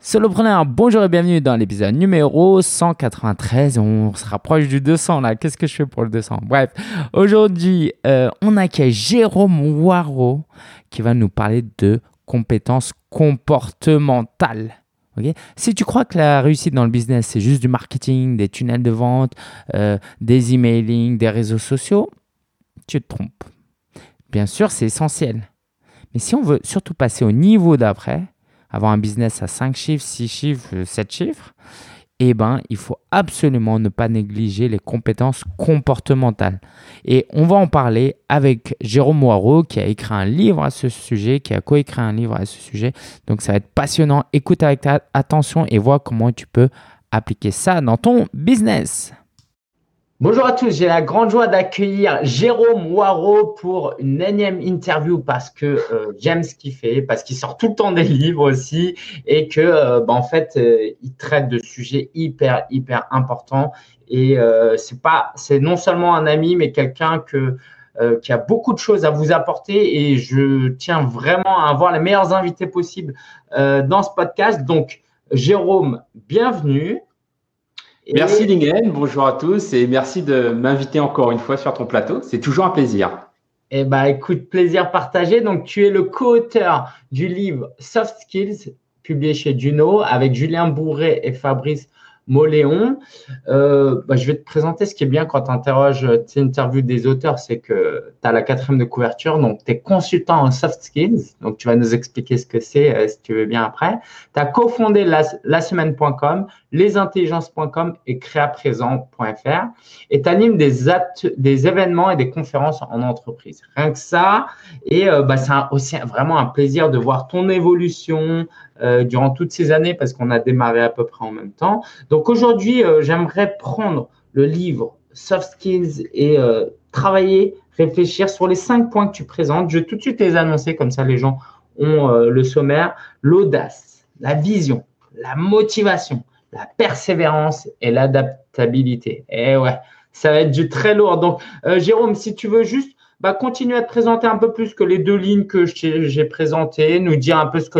Solopreneur, bonjour et bienvenue dans l'épisode numéro 193. On se rapproche du 200 là. Qu'est-ce que je fais pour le 200? Bref, aujourd'hui, on accueille Jérôme Waro qui va nous parler de compétences comportementales. Okay? Si tu crois que la réussite dans le business, c'est juste du marketing, des tunnels de vente, des emailing, des réseaux sociaux, tu te trompes. Bien sûr, c'est essentiel. Mais si on veut surtout passer au niveau d'après, avoir un business à 5 chiffres, 6 chiffres, 7 chiffres, eh ben, il faut absolument ne pas négliger les compétences comportementales. Et on va en parler avec Jérôme Waro qui a écrit un livre à ce sujet, qui a coécrit un livre à ce sujet. Donc, ça va être passionnant. Écoute avec attention et vois comment tu peux appliquer ça dans ton business. Bonjour à tous, j'ai la grande joie d'accueillir Jérôme Waro pour une énième interview parce que j'aime ce qu'il fait, parce qu'il sort tout le temps des livres aussi et que en fait il traite de sujets hyper importants et c'est non seulement un ami mais quelqu'un qui a beaucoup de choses à vous apporter et je tiens vraiment à avoir les meilleurs invités possibles dans ce podcast. Donc Jérôme, bienvenue. Merci Lingen, bonjour à tous et merci de m'inviter encore une fois sur ton plateau. C'est toujours un plaisir. Eh ben, écoute, plaisir partagé. Donc, tu es le co-auteur du livre Soft Skills, publié chez Juno, avec Julien Bourret et Fabrice Moléon. Je vais te présenter. Ce qui est bien quand tu interroges, tu interviews des auteurs, c'est que tu as la 4e de couverture. Donc, tu es consultant en soft skills. Donc, tu vas nous expliquer ce que c'est, si tu veux bien après. Tu as cofondé lasemaine.com, lesintelligences.com et créaprésent.fr. Et tu animes des événements et des conférences en entreprise. Rien que ça. Et c'est aussi vraiment un plaisir de voir ton évolution durant toutes ces années parce qu'on a démarré à peu près en même temps. Donc aujourd'hui, j'aimerais prendre le livre Soft Skills et travailler, réfléchir sur les 5 points que tu présentes. Je vais tout de suite les annoncer, comme ça les gens ont le sommaire. L'audace, la vision, la motivation, la persévérance et l'adaptabilité. Et ouais, ça va être du très lourd. Donc Jérôme, si tu veux juste continuer à te présenter un peu plus que les 2 lignes que j'ai présentées, nous dire un peu ce que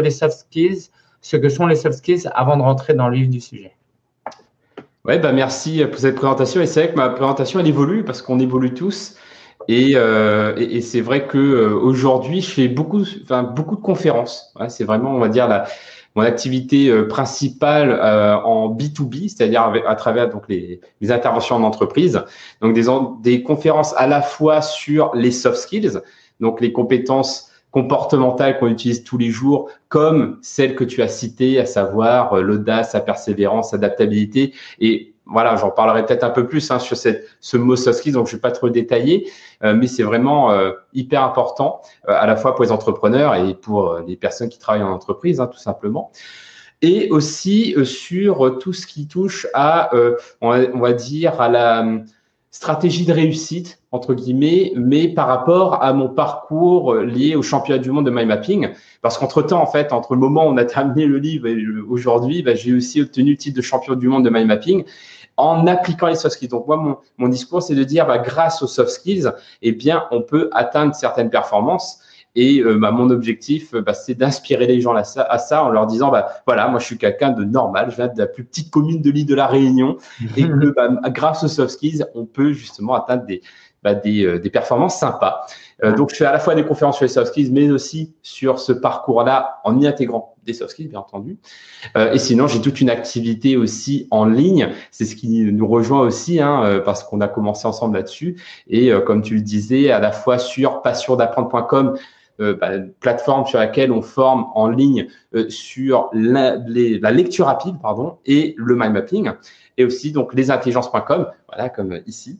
sont les soft skills avant de rentrer dans le vif du sujet. Ouais, merci pour cette présentation. Et c'est vrai que ma présentation, elle évolue parce qu'on évolue tous. Et c'est vrai que aujourd'hui, je fais beaucoup de conférences. Ouais, c'est vraiment, on va dire, mon activité principale en B2B, c'est-à-dire à travers donc les interventions en entreprise. Donc des conférences à la fois sur les soft skills, donc les compétences comportementales qu'on utilise tous les jours, comme celles que tu as citées, à savoir l'audace, la persévérance, l'adaptabilité. Et voilà, j'en parlerai peut-être un peu plus sur ce mot soft skills, donc je ne vais pas trop détailler, mais c'est vraiment hyper important, à la fois pour les entrepreneurs et pour les personnes qui travaillent en entreprise, tout simplement. Et aussi sur tout ce qui touche à, on va dire, à la stratégie de réussite, entre guillemets, mais par rapport à mon parcours lié au championnat du monde de mind mapping. Parce qu'entre-temps, en fait, entre le moment où on a terminé le livre et aujourd'hui, j'ai aussi obtenu le titre de champion du monde de mind mapping en appliquant les soft skills. Donc, moi, mon discours, c'est de dire, grâce aux soft skills, on peut atteindre certaines performances. Et mon objectif, c'est d'inspirer les gens à ça en leur disant, voilà, moi, je suis quelqu'un de normal, je viens de la plus petite commune de l'île de la Réunion et que grâce aux soft skills, on peut justement atteindre des performances sympas. Donc, je fais à la fois des conférences sur les soft skills, mais aussi sur ce parcours-là en y intégrant des soft skills, bien entendu. Et sinon, j'ai toute une activité aussi en ligne. C'est ce qui nous rejoint aussi, parce qu'on a commencé ensemble là-dessus. Et comme tu le disais, à la fois sur passiondapprendre.com, plateforme sur laquelle on forme en ligne sur la lecture rapide, et le mind mapping, et aussi donc lesintelligences.com, voilà, comme ici,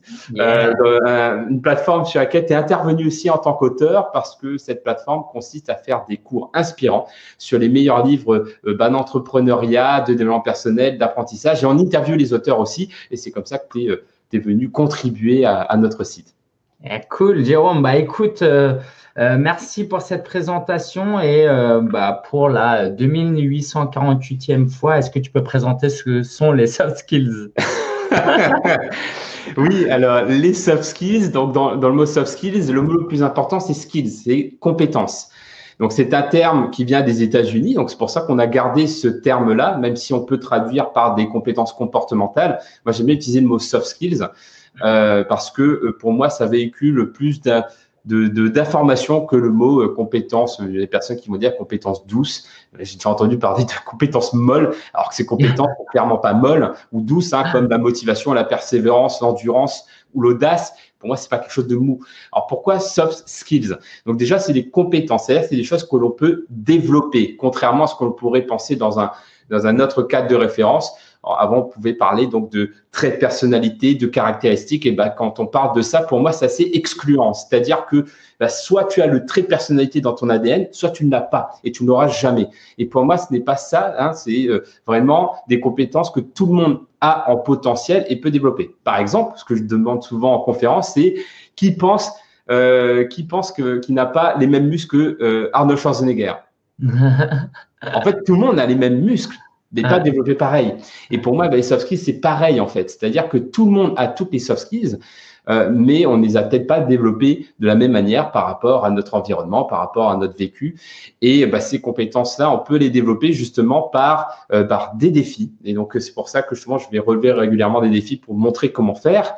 une plateforme sur laquelle tu es intervenu aussi en tant qu'auteur, parce que cette plateforme consiste à faire des cours inspirants sur les meilleurs livres d'entrepreneuriat, de développement personnel, d'apprentissage, et on interviewe les auteurs aussi, et c'est comme ça que tu es venu contribuer à notre site. Cool, Jérôme. Écoute, merci pour cette présentation et pour la 2848e fois, est-ce que tu peux présenter ce que sont les soft skills? Oui, alors les soft skills, donc dans le mot soft skills, le mot le plus important, c'est skills, c'est compétences. Donc, c'est un terme qui vient des États-Unis. Donc, c'est pour ça qu'on a gardé ce terme-là, même si on peut traduire par des compétences comportementales. Moi, j'aime bien utiliser le mot soft skills parce que pour moi, ça véhicule plus d'informations que le mot compétences. Il y a des personnes qui vont dire compétences douces. J'ai déjà entendu parler de compétences molles, alors que ces compétences sont clairement pas molles ou douces, comme la motivation, la persévérance, l'endurance ou l'audace. Pour moi, c'est pas quelque chose de mou. Alors, pourquoi soft skills? Donc, déjà, c'est des compétences. C'est-à-dire, c'est des choses que l'on peut développer, contrairement à ce qu'on pourrait penser dans un autre cadre de référence. Alors, avant, on pouvait parler donc de traits de personnalité, de caractéristiques. Et quand on parle de ça, pour moi, c'est assez excluant. C'est-à-dire que soit tu as le trait de personnalité dans ton ADN, soit tu ne l'as pas et tu ne l'auras jamais. Et pour moi, ce n'est pas ça. C'est vraiment des compétences que tout le monde a en potentiel et peut développer. Par exemple, ce que je demande souvent en conférence, c'est qui pense qu'il n'a pas les mêmes muscles que Arnold Schwarzenegger. En fait, tout le monde a les mêmes muscles, mais pas développés pareil. Et pour moi, les soft skills, c'est pareil en fait. C'est-à-dire que tout le monde a toutes les soft skills, mais on ne les a peut-être pas développées de la même manière par rapport à notre environnement, par rapport à notre vécu. Et ces compétences-là, on peut les développer justement par des défis. Et donc, c'est pour ça que justement, je vais relever régulièrement des défis pour montrer comment faire.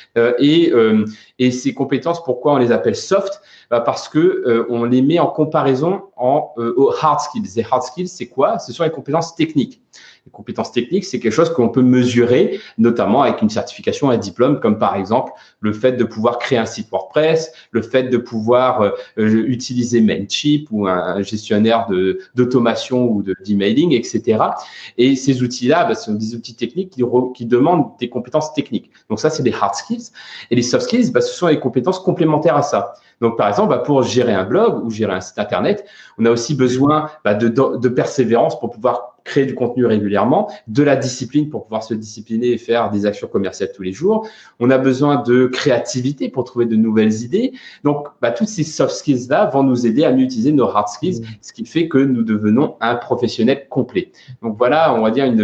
Et ces compétences, pourquoi on les appelle soft? Parce que on les met en comparaison aux hard skills. Les hard skills, c'est quoi? Ce sont les compétences techniques. Les compétences techniques, c'est quelque chose qu'on peut mesurer, notamment avec une certification, un diplôme, comme par exemple le fait de pouvoir créer un site WordPress, le fait de pouvoir utiliser Mailchimp ou un gestionnaire d'automation ou d'emailing, etc. Et ces outils-là, ce sont des outils techniques qui demandent des compétences techniques. Donc ça, c'est des hard skills. Et les soft skills, ce sont les compétences complémentaires à ça. Donc, par exemple, pour gérer un blog ou gérer un site Internet, on a aussi besoin de persévérance pour pouvoir créer du contenu régulièrement, de la discipline pour pouvoir se discipliner et faire des actions commerciales tous les jours. On a besoin de créativité pour trouver de nouvelles idées. Donc, toutes ces soft skills-là vont nous aider à mieux utiliser nos hard skills, ce qui fait que nous devenons un professionnel complet. Donc, voilà, on va dire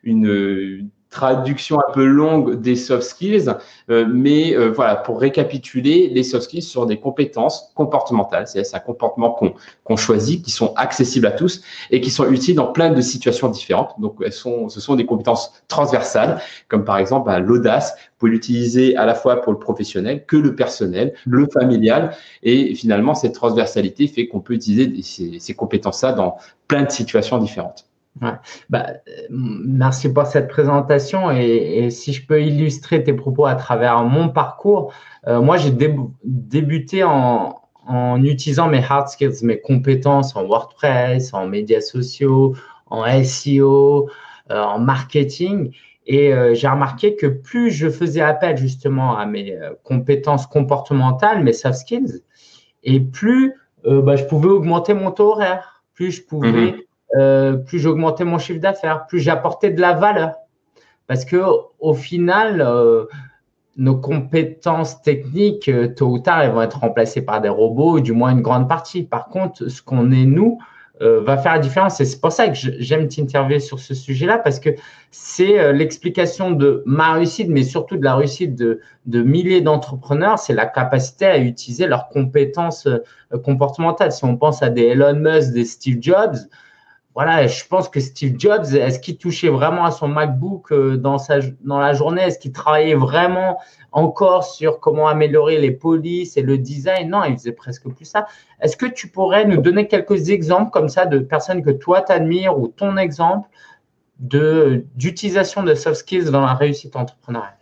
une traduction un peu longue des soft skills, mais voilà, pour récapituler, les soft skills sont des compétences comportementales, c'est un comportement qu'on choisit, qui sont accessibles à tous et qui sont utiles dans plein de situations différentes. Donc, ce sont des compétences transversales, comme par exemple l'audace. Vous pouvez l'utiliser à la fois pour le professionnel que le personnel, le familial, et finalement, cette transversalité fait qu'on peut utiliser ces compétences-là dans plein de situations différentes. Ouais. Merci pour cette présentation et si je peux illustrer tes propos à travers mon parcours, moi j'ai débuté en utilisant mes hard skills, mes compétences en WordPress, en médias sociaux, en SEO, en marketing et j'ai remarqué que plus je faisais appel justement à mes compétences comportementales, mes soft skills, et plus je pouvais augmenter mon taux horaire, plus je pouvais plus j'augmentais mon chiffre d'affaires, plus j'apportais de la valeur. Parce que au final, nos compétences techniques, tôt ou tard, elles vont être remplacées par des robots, du moins une grande partie. Par contre, ce qu'on est nous va faire la différence. Et c'est pour ça que j'aime t'interviewer sur ce sujet-là, parce que c'est l'explication de ma réussite, mais surtout de la réussite de milliers d'entrepreneurs, c'est la capacité à utiliser leurs compétences comportementales. Si on pense à des Elon Musk, des Steve Jobs, voilà, je pense que Steve Jobs, est-ce qu'il touchait vraiment à son MacBook dans la journée? Est-ce qu'il travaillait vraiment encore sur comment améliorer les polices et le design? Non, il faisait presque plus ça. Est-ce que tu pourrais nous donner quelques exemples comme ça de personnes que toi t'admires ou ton exemple d'utilisation de soft skills dans la réussite entrepreneuriale?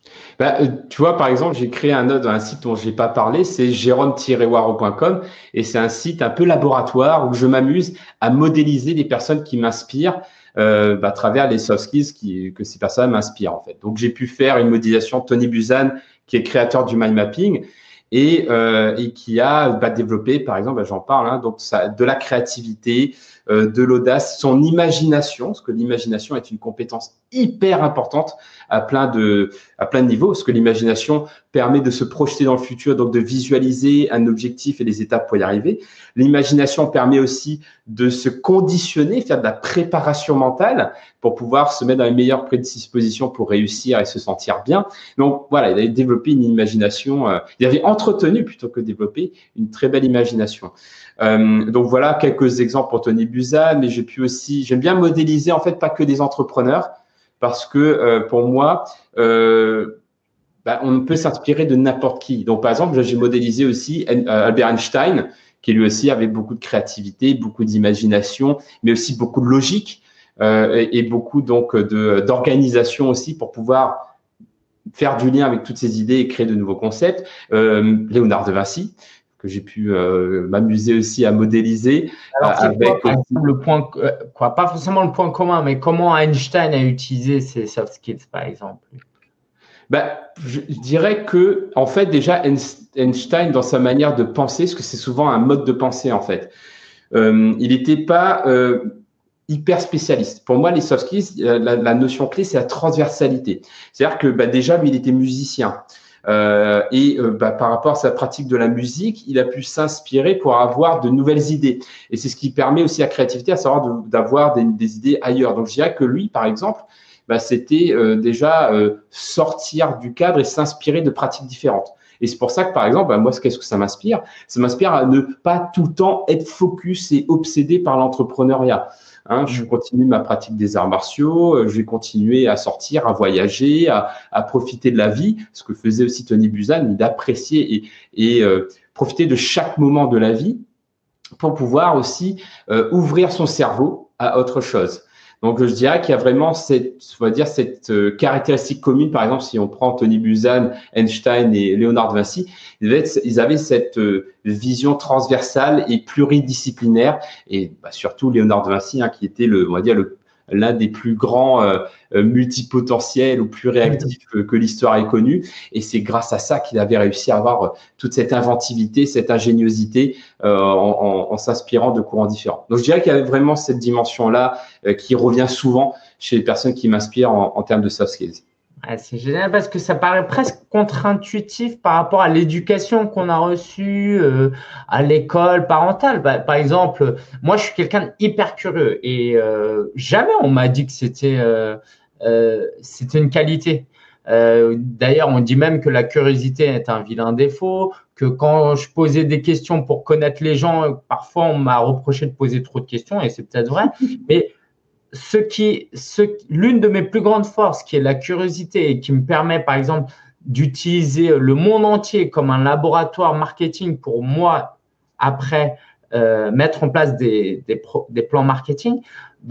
Tu vois, par exemple, j'ai créé un site dont je n'ai pas parlé, c'est jérôme-waro.com et c'est un site un peu laboratoire où je m'amuse à modéliser des personnes qui m'inspirent à travers les soft skills que ces personnes m'inspirent en fait. Donc, j'ai pu faire une modélisation de Tony Buzan, qui est créateur du mind mapping et qui a développé, par exemple, j'en parle, donc de la créativité, de l'audace, son imagination, parce que l'imagination est une compétence hyper importante à plein de niveaux, parce que l'imagination permet de se projeter dans le futur, donc de visualiser un objectif et les étapes pour y arriver. L'imagination permet aussi de se conditionner, faire de la préparation mentale pour pouvoir se mettre dans les meilleures prédispositions pour réussir et se sentir bien. Donc voilà, il avait développé une imagination, il avait entretenu plutôt que développé une très belle imagination. Donc voilà quelques exemples pour Tony Buzan, mais j'aime bien modéliser en fait pas que des entrepreneurs, parce que pour moi, on peut s'inspirer de n'importe qui. Donc par exemple, j'ai modélisé aussi Albert Einstein, qui lui aussi avait beaucoup de créativité, beaucoup d'imagination, mais aussi beaucoup de logique et beaucoup donc d'organisation aussi pour pouvoir faire du lien avec toutes ces idées et créer de nouveaux concepts. Léonard de Vinci, que j'ai pu m'amuser aussi à modéliser. Alors, c'est quoi, par exemple, le point, pas forcément le point commun, mais comment Einstein a utilisé ses soft skills, par exemple? Je dirais que, en fait, déjà, Einstein, dans sa manière de penser, parce que c'est souvent un mode de pensée, en fait, il n'était pas hyper spécialiste. Pour moi, les soft skills, la notion clé, c'est la transversalité. C'est-à-dire que déjà, lui, il était musicien. Par rapport à sa pratique de la musique, il a pu s'inspirer pour avoir de nouvelles idées. Et c'est ce qui permet aussi à la créativité, à savoir d'avoir des idées ailleurs. Donc, je dirais que lui, par exemple, c'était déjà sortir du cadre et s'inspirer de pratiques différentes. Et c'est pour ça que, par exemple, moi, qu'est-ce que ça m'inspire? Ça m'inspire à ne pas tout le temps être focus et obsédé par l'entrepreneuriat. Je continue ma pratique des arts martiaux, je vais continuer à sortir, à voyager, à profiter de la vie, ce que faisait aussi Tony Buzan, d'apprécier et profiter de chaque moment de la vie pour pouvoir aussi ouvrir son cerveau à autre chose. Donc, je dirais qu'il y a vraiment cette caractéristique commune. Par exemple, si on prend Tony Buzan, Einstein et Léonard de Vinci, ils avaient cette vision transversale et pluridisciplinaire. Et surtout Léonard de Vinci, qui était l'un des plus grands multipotentiels ou plus réactifs que l'histoire ait connu. Et c'est grâce à ça qu'il avait réussi à avoir toute cette inventivité, cette ingéniosité en s'inspirant de courants différents. Donc, je dirais qu'il y avait vraiment cette dimension-là qui revient souvent chez les personnes qui m'inspirent en termes de soft skills. C'est génial parce que ça paraît presque contre-intuitif par rapport à l'éducation qu'on a reçue à l'école parentale. Par exemple, moi, je suis quelqu'un d'hyper curieux et jamais on m'a dit que c'était une qualité. D'ailleurs, on dit même que la curiosité est un vilain défaut, que quand je posais des questions pour connaître les gens, parfois on m'a reproché de poser trop de questions et c'est peut-être vrai, mais l'une de mes plus grandes forces, qui est la curiosité et qui me permet, par exemple, d'utiliser le monde entier comme un laboratoire marketing pour moi, après mettre en place des plans marketing,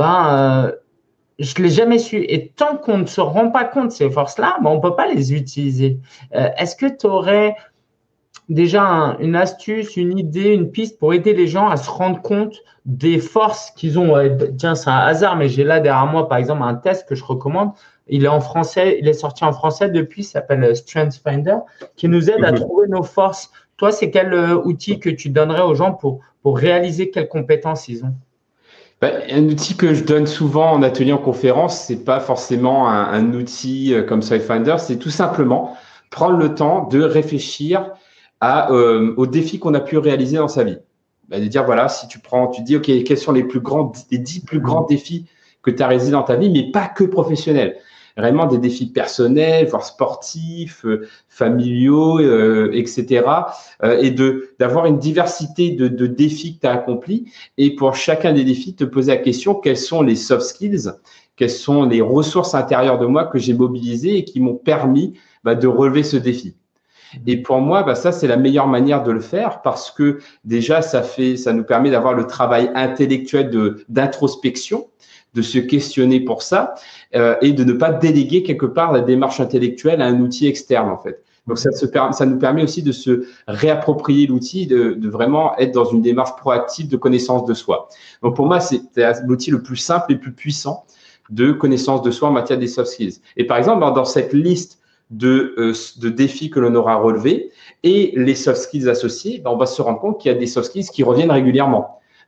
je ne l'ai jamais su. Et tant qu'on ne se rend pas compte de ces forces-là, on ne peut pas les utiliser. Est-ce que tu aurais déjà une astuce, une idée, une piste pour aider les gens à se rendre compte des forces qu'ils ont? Tiens, c'est un hasard, mais j'ai là derrière moi, par exemple, un test que je recommande. Il est en français, il est sorti en français depuis, il s'appelle StrengthsFinder, qui nous aide à trouver nos forces. Toi, c'est quel outil que tu donnerais aux gens pour réaliser quelles compétences ils ont? Un outil que je donne souvent en atelier, en conférence, c'est pas forcément un outil comme StrengthsFinder, c'est tout simplement prendre le temps de réfléchir aux défis qu'on a pu réaliser dans sa vie. De dire, voilà, si tu dis, OK, quels sont les 10 plus grands défis que tu as réalisés dans ta vie, mais pas que professionnels. Vraiment des défis personnels, voire sportifs, familiaux, etc. Et d'avoir une diversité de défis que tu as accomplis. Et pour chacun des défis, te poser la question, quels sont les soft skills, quelles sont les ressources intérieures de moi que j'ai mobilisées et qui m'ont permis de relever ce défi. Et pour moi, ça, c'est la meilleure manière de le faire parce que déjà, ça nous permet d'avoir le travail intellectuel d'introspection, de se questionner pour ça et de ne pas déléguer quelque part la démarche intellectuelle à un outil externe, en fait. Donc, ça nous permet aussi de se réapproprier l'outil, de vraiment être dans une démarche proactive de connaissance de soi. Donc, pour moi, c'est l'outil le plus simple et le plus puissant de connaissance de soi en matière des soft skills. Et par exemple, dans cette liste de défis que l'on aura relevés et les soft skills associés, on va se rendre compte qu'il y a des soft skills qui reviennent régulièrement.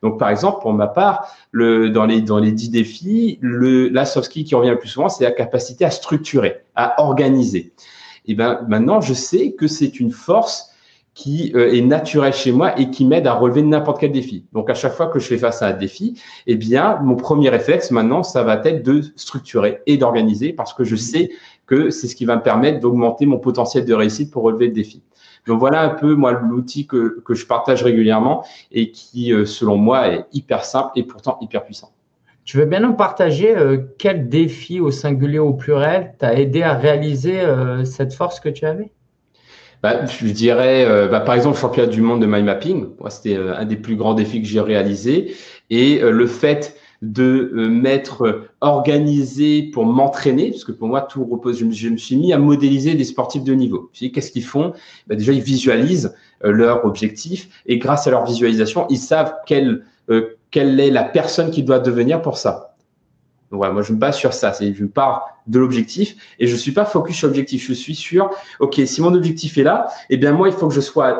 Donc, par exemple, pour ma part, dans les 10 défis, la soft skill qui revient le plus souvent, c'est la capacité à structurer, à organiser. Et ben maintenant, je sais que c'est une force qui est naturelle chez moi et qui m'aide à relever n'importe quel défi. Donc, à chaque fois que je fais face à un défi, eh bien, mon premier réflexe maintenant, ça va être de structurer et d'organiser parce que je sais que c'est ce qui va me permettre d'augmenter mon potentiel de réussite pour relever le défi. Donc, voilà un peu, moi, l'outil que je partage régulièrement et qui, selon moi, est hyper simple et pourtant hyper puissant. Tu veux bien nous partager quel défi au singulier ou au pluriel t'a aidé à réaliser cette force que tu avais? Je dirais, par exemple, le championnat du monde de mind mapping. Moi, c'était un des plus grands défis que j'ai réalisé. Et le fait de m'être organisé pour m'entraîner, parce que pour moi, tout repose. Je me suis mis à modéliser des sportifs de niveau. Je me suis dit, qu'est-ce qu'ils font? Déjà, ils visualisent leur objectif. Et grâce à leur visualisation, ils savent quelle est la personne qu'ils doivent devenir pour ça. Donc voilà, moi je me base sur ça, je pars de l'objectif et je suis pas focus sur l'objectif. Je suis sur, ok, si mon objectif est là, eh bien moi il faut que je sois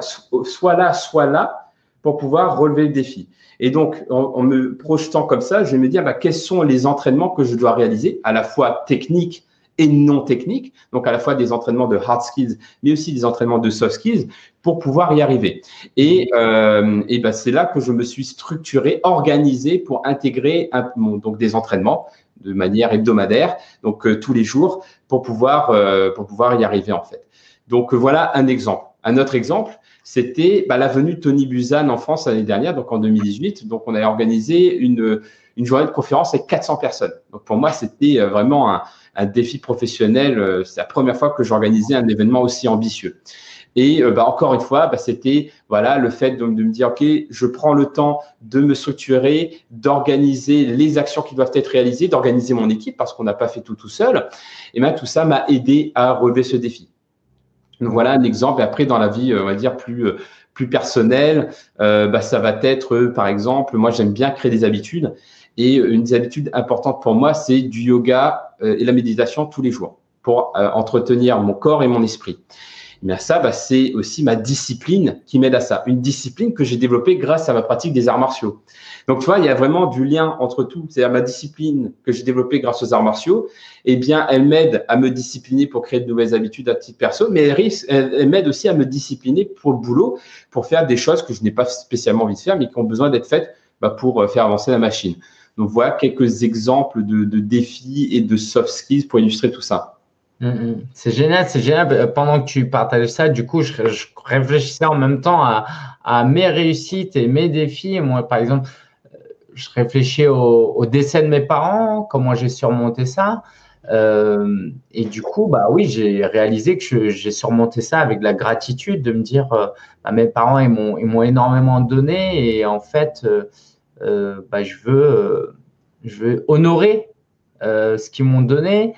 là pour pouvoir relever le défi. Et donc en me projetant comme ça, je vais me dire quels sont les entraînements que je dois réaliser, à la fois techniques et non techniques, donc à la fois des entraînements de hard skills, mais aussi des entraînements de soft skills pour pouvoir y arriver. Et c'est là que je me suis structuré, organisé pour intégrer donc des entraînements de manière hebdomadaire, donc tous les jours, pour pouvoir y arriver en fait. Donc voilà un exemple. Un autre exemple, c'était la venue de Tony Buzan en France l'année dernière, donc en 2018. Donc on a organisé une journée de conférence avec 400 personnes. Donc pour moi, c'était vraiment un défi professionnel. C'est la première fois que j'organisais un événement aussi ambitieux. Et encore une fois, c'était le fait de me dire, OK, je prends le temps de me structurer, d'organiser les actions qui doivent être réalisées, d'organiser mon équipe parce qu'on n'a pas fait tout seul. Et tout ça m'a aidé à relever ce défi. Donc voilà un exemple. Et après, dans la vie, on va dire plus personnelle, ça va être, par exemple, moi j'aime bien créer des habitudes. Et une des habitudes importantes pour moi, c'est du yoga et la méditation tous les jours pour entretenir mon corps et mon esprit. Mais ça, c'est aussi ma discipline qui m'aide à ça. Une discipline que j'ai développée grâce à ma pratique des arts martiaux. Donc, tu vois, il y a vraiment du lien entre tout. C'est-à-dire ma discipline que j'ai développée grâce aux arts martiaux, eh bien, elle m'aide à me discipliner pour créer de nouvelles habitudes à titre perso, mais elle m'aide aussi à me discipliner pour le boulot, pour faire des choses que je n'ai pas spécialement envie de faire, mais qui ont besoin d'être faites pour faire avancer la machine. Donc, voilà quelques exemples de défis et de soft skills pour illustrer tout ça. C'est génial, c'est génial. Pendant que tu partages ça, du coup, je réfléchissais en même temps à mes réussites et mes défis. Moi, par exemple, je réfléchis au décès de mes parents, comment j'ai surmonté ça. Et du coup, oui, j'ai réalisé que j'ai surmonté ça avec de la gratitude, de me dire, mes parents, ils m'ont énormément donné et en fait, je veux honorer ce qu'ils m'ont donné.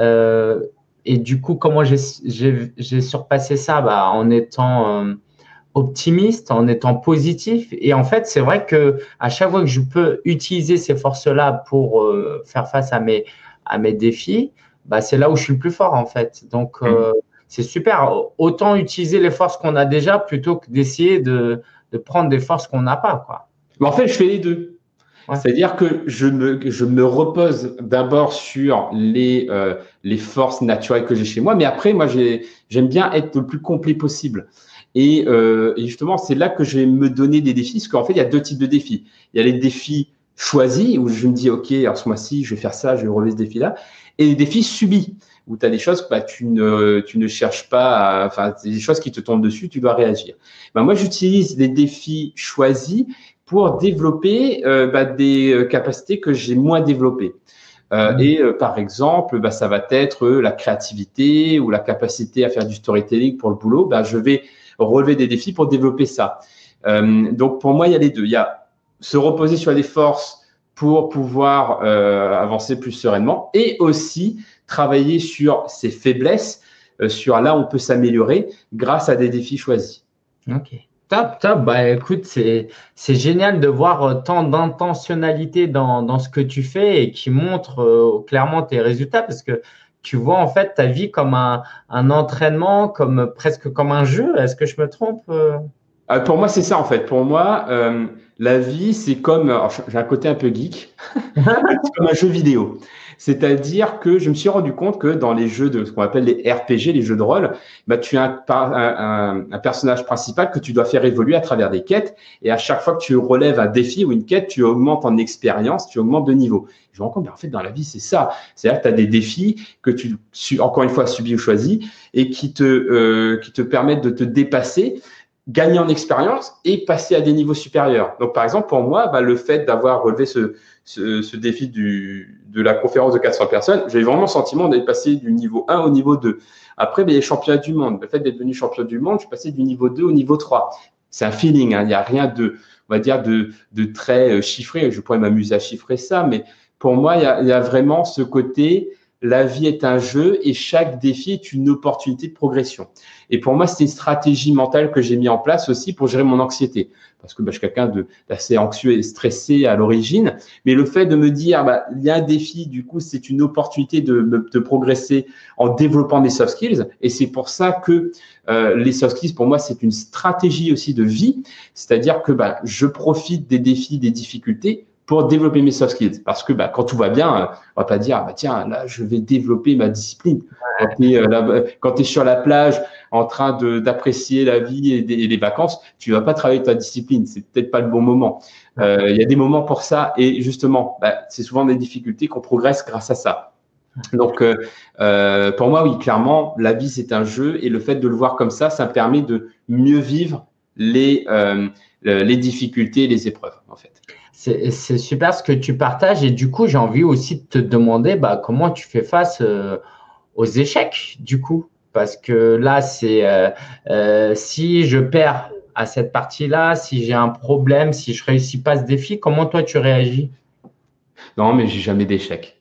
Et du coup, comment j'ai surpassé ça en étant optimiste, en étant positif. Et en fait, c'est vrai que à chaque fois que je peux utiliser ces forces-là pour faire face à mes défis, c'est là où je suis le plus fort en fait. Donc, c'est super. Autant utiliser les forces qu'on a déjà plutôt que d'essayer de prendre des forces qu'on n'a pas, quoi. Mais en fait, je fais les deux. Ouais. C'est-à-dire que je me repose d'abord sur les forces naturelles que j'ai chez moi, mais après, moi, j'aime bien être le plus complet possible. Et justement, c'est là que je vais me donner des défis, parce qu'en fait, il y a deux types de défis. Il y a les défis choisis, où je me dis, OK, alors ce mois-ci, je vais faire ça, je vais relever ce défi-là, et les défis subis, où tu as des choses que tu ne cherches pas, c'est des choses qui te tombent dessus, tu dois réagir. Moi, j'utilise les défis choisis pour développer des capacités que j'ai moins développées. Par exemple, ça va être la créativité ou la capacité à faire du storytelling pour le boulot. Je vais relever des défis pour développer ça. Donc, pour moi, il y a les deux. Il y a se reposer sur les forces pour pouvoir avancer plus sereinement et aussi travailler sur ses faiblesses, sur là où on peut s'améliorer grâce à des défis choisis. Ok. Top. Écoute, c'est génial de voir tant d'intentionnalité dans ce que tu fais et qui montre clairement tes résultats parce que tu vois en fait ta vie comme un entraînement, presque comme un jeu. Est-ce que je me trompe? Pour moi, c'est ça en fait. Pour moi, la vie, c'est comme, alors, j'ai un côté un peu geek, c'est comme un jeu vidéo. C'est-à-dire que je me suis rendu compte que dans les jeux de ce qu'on appelle les RPG, les jeux de rôle, bah, tu as un personnage principal que tu dois faire évoluer à travers des quêtes. Et à chaque fois que tu relèves un défi ou une quête, tu augmentes en expérience, tu augmentes de niveau. Je me rends compte, mais en fait, dans la vie, c'est ça. C'est-à-dire que tu as des défis que tu, encore une fois, subis ou choisis et qui te permettent de te dépasser, gagner en expérience et passer à des niveaux supérieurs. Donc, par exemple, pour moi, bah, le fait d'avoir relevé ce défi de la conférence de 400 personnes, j'ai vraiment le sentiment d'être passé du niveau 1 au niveau 2. Après, les championnats du monde, le fait d'être devenu champion du monde, je suis passé du niveau 2 au niveau 3. C'est un feeling, hein. Il n'y a rien de, on va dire, de très chiffré. Je pourrais m'amuser à chiffrer ça, mais pour moi, il y a vraiment ce côté, la vie est un jeu et chaque défi est une opportunité de progression. Et pour moi, c'est une stratégie mentale que j'ai mis en place aussi pour gérer mon anxiété. Parce que bah, je suis quelqu'un d'assez anxieux et stressé à l'origine. Mais le fait de me dire, bah, il y a un défi, du coup, c'est une opportunité de progresser en développant mes soft skills. Et c'est pour ça que les soft skills, pour moi, c'est une stratégie aussi de vie. C'est-à-dire que bah, je profite des défis, des difficultés pour développer mes soft skills. Parce que bah, quand tout va bien, on va pas dire, bah, tiens, là, je vais développer ma discipline. Quand tu es sur la plage en train d'apprécier la vie et les vacances, tu vas pas travailler ta discipline. C'est peut-être pas le bon moment. Il y a des moments pour ça. Et justement, bah, c'est souvent des difficultés qu'on progresse grâce à ça. Donc, pour moi, oui, clairement, la vie, c'est un jeu. Et le fait de le voir comme ça me permet de mieux vivre les difficultés et les épreuves, en fait. C'est super ce que tu partages et du coup, j'ai envie aussi de te demander comment tu fais face aux échecs du coup. Parce que là, c'est si je perds à cette partie-là, si j'ai un problème, si je réussis pas ce défi, comment toi tu réagis? Non, mais j'ai jamais d'échec.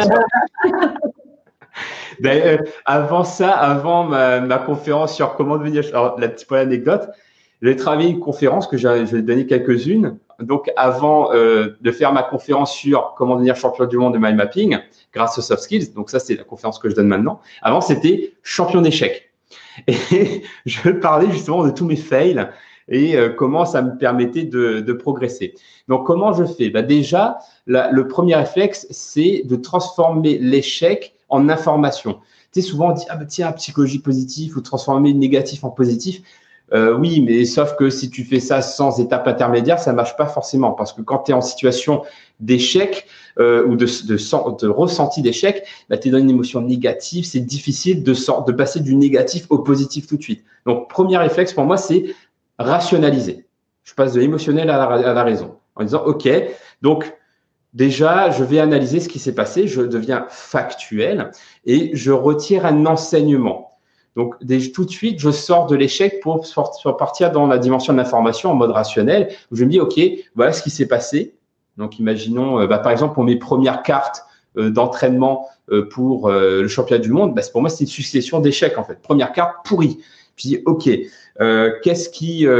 Avant ça, avant ma conférence sur comment devenir, alors la petite anecdote, j'ai travaillé une conférence que je vais donner quelques-unes. Donc, avant de faire ma conférence sur comment devenir champion du monde de mind mapping grâce aux soft skills, donc ça, c'est la conférence que je donne maintenant. Avant, c'était champion d'échecs. Et je parlais justement de tous mes fails et comment ça me permettait de progresser. Donc, comment je fais? Bah, déjà, le premier réflexe, c'est de transformer l'échec en information. Tu sais, souvent, on dit, ah, bah, tiens, psychologie positive ou transformer le négatif en positif. Oui, mais sauf que si tu fais ça sans étape intermédiaire, ça marche pas forcément. Parce que quand tu es en situation d'échec ou de ressenti d'échec, bah, tu es dans une émotion négative. C'est difficile de passer du négatif au positif tout de suite. Donc, premier réflexe pour moi, c'est rationaliser. Je passe de l'émotionnel à la raison. En disant, OK, donc déjà, je vais analyser ce qui s'est passé. Je deviens factuel et je retire un enseignement. Donc, tout de suite, je sors de l'échec pour partir dans la dimension de l'information en mode rationnel, où je me dis, OK, voilà ce qui s'est passé. Donc, imaginons, par exemple, pour mes premières cartes d'entraînement pour le championnat du monde, pour moi, c'est une succession d'échecs, en fait. Première carte, pourrie. Je dis, OK, qu'est-ce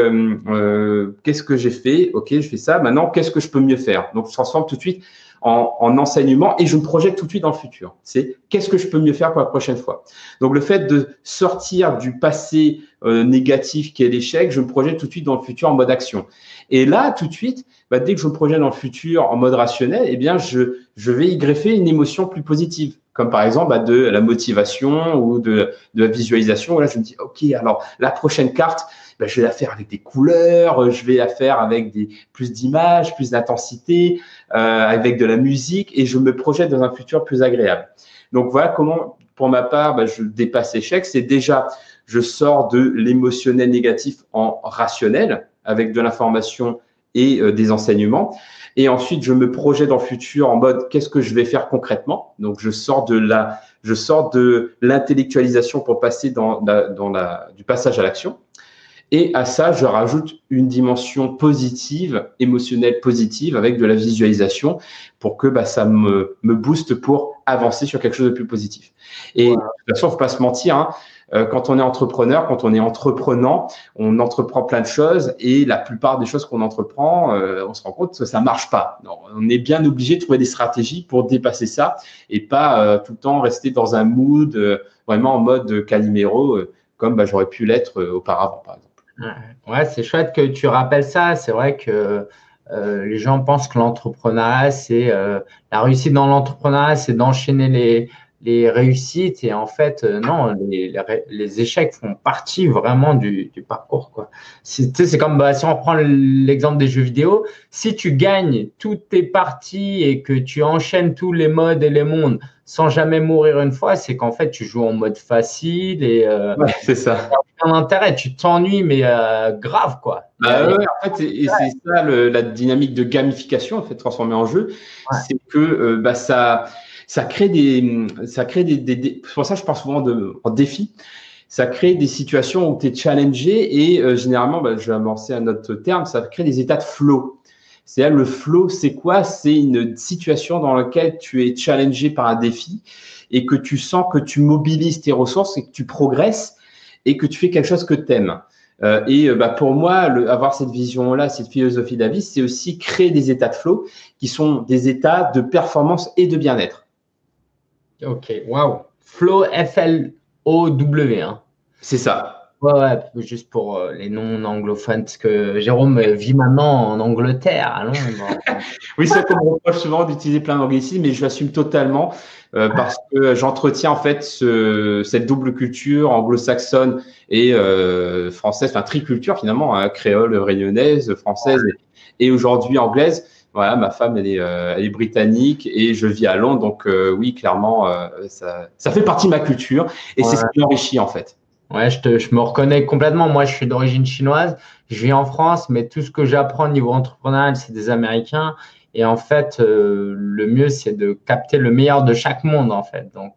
que j'ai fait? OK, je fais ça. Maintenant, qu'est-ce que je peux mieux faire? Donc, je transforme tout de suite en enseignement et je me projette tout de suite dans le futur. C'est qu'est-ce que je peux mieux faire pour la prochaine fois. Donc, le fait de sortir du passé négatif qui est l'échec, je me projette tout de suite dans le futur en mode action. Et là, tout de suite, dès que je me projette dans le futur en mode rationnel, eh bien, je vais y greffer une émotion plus positive, comme par exemple de la motivation ou de la visualisation. Là, je me dis, OK, alors la prochaine carte, je vais la faire avec des couleurs, je vais la faire avec plus d'images, plus d'intensité, avec de la musique, et je me projette dans un futur plus agréable. Donc voilà comment, pour ma part, je dépasse l'échec. C'est déjà, je sors de l'émotionnel négatif en rationnel, avec de l'information et des enseignements. Et ensuite, je me projette dans le futur en mode qu'est-ce que je vais faire concrètement. Donc, je sors de l'intellectualisation pour passer du passage à l'action. Et à ça, je rajoute une dimension positive, émotionnelle positive, avec de la visualisation pour que ça me booste pour avancer sur quelque chose de plus positif. Et de toute façon, il ne faut pas se mentir, hein, quand on est entrepreneur, quand on est entreprenant, on entreprend plein de choses et la plupart des choses qu'on entreprend, on se rend compte que ça ne marche pas. Donc, on est bien obligé de trouver des stratégies pour dépasser ça et pas tout le temps rester dans un mood vraiment en mode Calimero comme j'aurais pu l'être auparavant, par exemple. Ouais, c'est chouette que tu rappelles ça. C'est vrai que les gens pensent que l'entrepreneuriat, c'est la réussite dans l'entrepreneuriat, c'est d'enchaîner les réussites. Et en fait, non, les échecs font partie vraiment du parcours, quoi. Tu sais, c'est comme si on prend l'exemple des jeux vidéo, si tu gagnes toutes tes parties et que tu enchaînes tous les modes et les mondes sans jamais mourir une fois, c'est qu'en fait, tu joues en mode facile et Ouais, c'est ça. un intérêt, tu t'ennuies, mais grave, quoi. Ouais, en fait, et c'est ça la dynamique de gamification, en fait, transformée en jeu, Ouais. c'est que ça crée c'est pour ça que je parle souvent en défi. Ça crée des situations où tu es challengé et généralement, je vais amorcer un autre terme, ça crée des états de flow. C'est-à-dire le flow, c'est quoi? C'est une situation dans laquelle tu es challengé par un défi et que tu sens que tu mobilises tes ressources et que tu progresses et que tu fais quelque chose que tu aimes. Pour moi, avoir cette vision-là, cette philosophie de la vie, c'est aussi créer des états de flow qui sont des états de performance et de bien-être. Ok, waouh. Flow, F-L-O-W. Hein. C'est ça. Ouais, juste pour les non-anglophones, parce que Jérôme vit maintenant en Angleterre, à Londres. Oui, c'est qu'on me reproche souvent d'utiliser plein d'anglicismes, mais je l'assume totalement parce que j'entretiens en fait cette double culture anglo-saxonne et française, enfin triculture finalement, hein, créole, réunionnaise, française et aujourd'hui anglaise. Voilà, ma femme, elle est britannique et je vis à Londres, donc oui, clairement, ça fait partie de ma culture et c'est ce qui m'enrichit en fait. Ouais, je me reconnais complètement. Moi, je suis d'origine chinoise. Je vis en France, mais tout ce que j'apprends au niveau entrepreneurial, c'est des Américains. Et en fait, le mieux, c'est de capter le meilleur de chaque monde, en fait. Donc,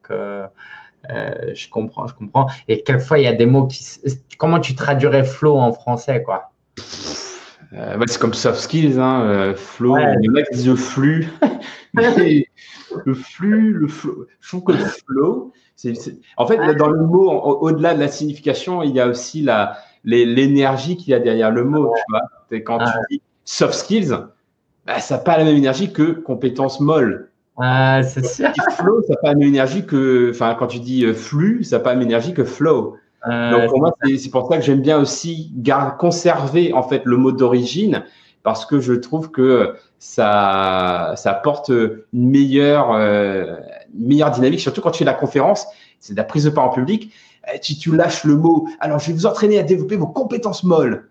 je comprends. Et quelquefois, il y a des mots Comment tu traduirais flow en français, quoi? C'est comme soft skills, hein, flow. Ouais. Les mecs disent le flux. Mais le flow. Je trouve que le flow, en fait, dans le mot, au-delà de la signification, il y a aussi l'énergie qu'il y a derrière le mot. Tu vois, quand tu dis soft skills, ça n'a pas la même énergie que compétences molles. C'est sûr. Quand tu dis flow, ça n'a pas la même énergie quand tu dis flux, ça n'a pas la même énergie que flow. Donc pour moi, c'est pour ça que j'aime bien aussi conserver en fait le mot d'origine parce que je trouve que ça apporte une meilleure dynamique, surtout quand tu fais la conférence, c'est de la prise de parole en public. Tu lâches le mot. Alors, je vais vous entraîner à développer vos compétences molles.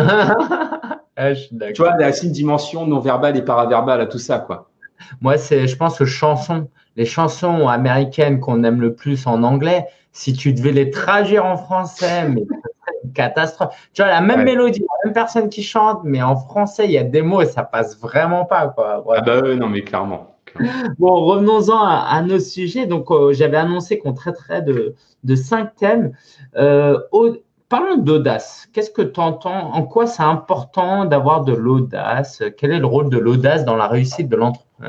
Je suis d'accord. Tu vois, il y a aussi une dimension non verbale et paraverbale à tout ça, quoi. Moi, je pense aux chansons. Les chansons américaines qu'on aime le plus en anglais, si tu devais les traduire en français, mais c'est une catastrophe. Tu vois, la même mélodie, la même personne qui chante, mais en français, il y a des mots et ça passe vraiment pas, quoi. Ouais. Non, mais clairement. Bon, revenons-en à nos sujets. Donc, j'avais annoncé qu'on traiterait de 5 thèmes. Parlons d'audace. Qu'est-ce que tu entends? En quoi c'est important d'avoir de l'audace? Quel est le rôle de l'audace dans la réussite de l'entrepreneur?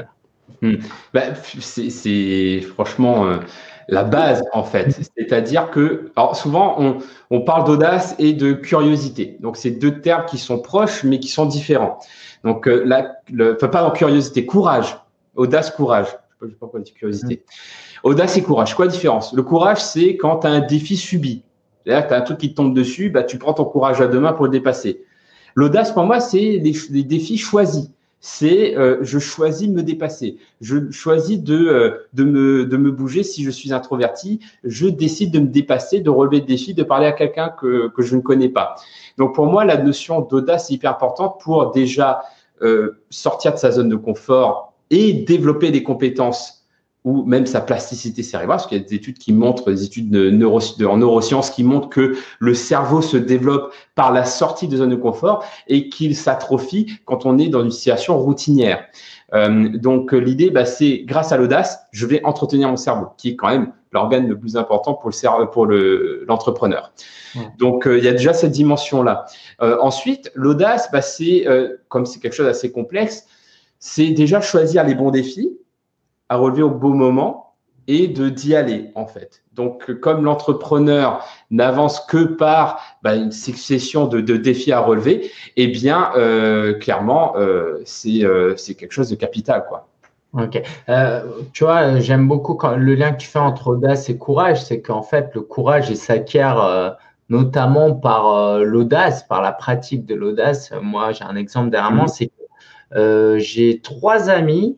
C'est franchement la base en fait. C'est-à-dire que alors souvent on parle d'audace et de curiosité. Donc c'est deux termes qui sont proches mais qui sont différents. Donc pas dans curiosité, courage, audace, courage. Je sais pas pourquoi on dit curiosité. Audace et courage. Quoi la différence? Le courage c'est quand tu as un défi subi. C'est-à-dire que tu as un truc qui te tombe dessus, tu prends ton courage à deux mains pour le dépasser. L'audace pour moi c'est les défis choisis. C'est je choisis de me dépasser, je choisis de me bouger si je suis introverti, je décide de me dépasser, de relever le défi, de parler à quelqu'un que je ne connais pas. Donc pour moi, la notion d'audace est hyper importante pour déjà sortir de sa zone de confort et développer des compétences ou même sa plasticité cérébrale, parce qu'il y a des études qui montrent, des études en neurosciences qui montrent que le cerveau se développe par la sortie de zone de confort et qu'il s'atrophie quand on est dans une situation routinière. Donc l'idée, c'est grâce à l'audace, je vais entretenir mon cerveau, qui est quand même l'organe le plus important pour l'entrepreneur. Donc il y a déjà cette dimension-là. Ensuite, l'audace, comme c'est quelque chose d'assez complexe, c'est déjà choisir les bons défis à relever au bon moment et d'y aller en fait. Donc, comme l'entrepreneur n'avance que par une succession de défis à relever, eh bien, clairement, c'est quelque chose de capital, quoi. Ok. Tu vois, j'aime beaucoup le lien que tu fais entre audace et courage, c'est qu'en fait, le courage, il s'acquiert notamment par l'audace, par la pratique de l'audace. Moi, j'ai un exemple derrière moi, c'est que j'ai 3 amis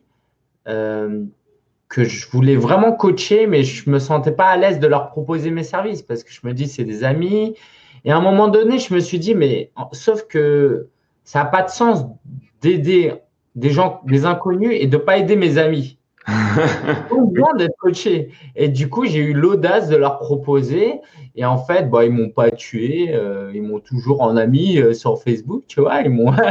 que je voulais vraiment coacher, mais je me sentais pas à l'aise de leur proposer mes services parce que je me dis, c'est des amis. Et à un moment donné, je me suis dit, mais sauf que ça n'a pas de sens d'aider des gens, des inconnus et de pas aider mes amis. Ils ont besoin d'être coachés. Et du coup, j'ai eu l'audace de leur proposer. Et en fait, bah, ils m'ont pas tué. Ils m'ont toujours en ami sur Facebook, tu vois.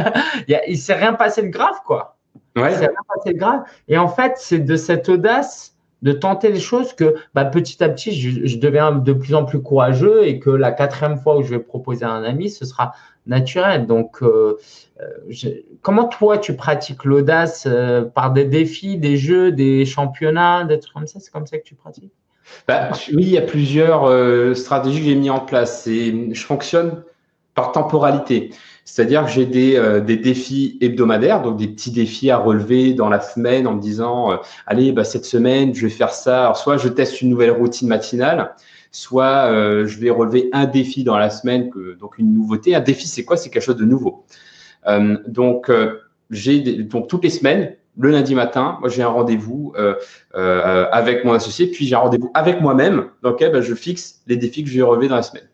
Il s'est rien passé de grave, quoi. Ouais. C'est pas grave. Et en fait, c'est de cette audace de tenter les choses que bah, petit à petit, je deviens de plus en plus courageux et que la 4e fois où je vais proposer à un ami, ce sera naturel. Donc, comment toi, tu pratiques l'audace par des défis, des jeux, des championnats, des trucs comme ça? C'est comme ça que tu pratiques? Bah, oui, il y a plusieurs stratégies que j'ai mis en place. Je fonctionne par temporalité. C'est-à-dire que j'ai des défis hebdomadaires, donc des petits défis à relever dans la semaine en me disant allez, bah, cette semaine, je vais faire ça. Alors, soit je teste une nouvelle routine matinale, soit je vais relever un défi dans la semaine, donc une nouveauté. Un défi, c'est quoi? C'est quelque chose de nouveau. Donc toutes les semaines, le lundi matin, moi j'ai un rendez-vous avec mon associé, puis j'ai un rendez-vous avec moi-même dans lequel je fixe les défis que je vais relever dans la semaine.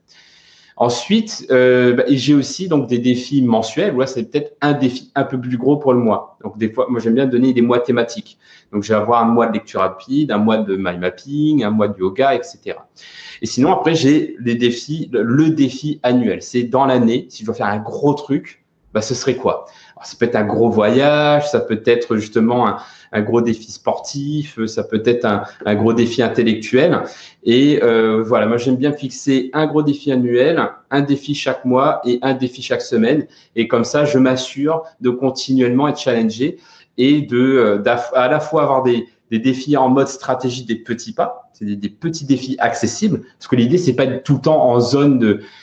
Ensuite, j'ai aussi donc des défis mensuels. Là, c'est peut-être un défi un peu plus gros pour le mois. Donc des fois, moi j'aime bien donner des mois thématiques. Donc je vais avoir un mois de lecture rapide, un mois de mind mapping, un mois de yoga, etc. Et sinon après j'ai les défis, le défi annuel. C'est dans l'année. Si je dois faire un gros truc, ce serait quoi? Alors, ça peut être un gros voyage, ça peut être justement un gros défi sportif, ça peut être un gros défi intellectuel. Et voilà, moi j'aime bien fixer un gros défi annuel, un défi chaque mois et un défi chaque semaine. Et comme ça, je m'assure de continuellement être challengé et à la fois avoir des défis en mode stratégie des petits pas, c'est des petits défis accessibles. Parce que l'idée, c'est pas d'être tout le temps en zone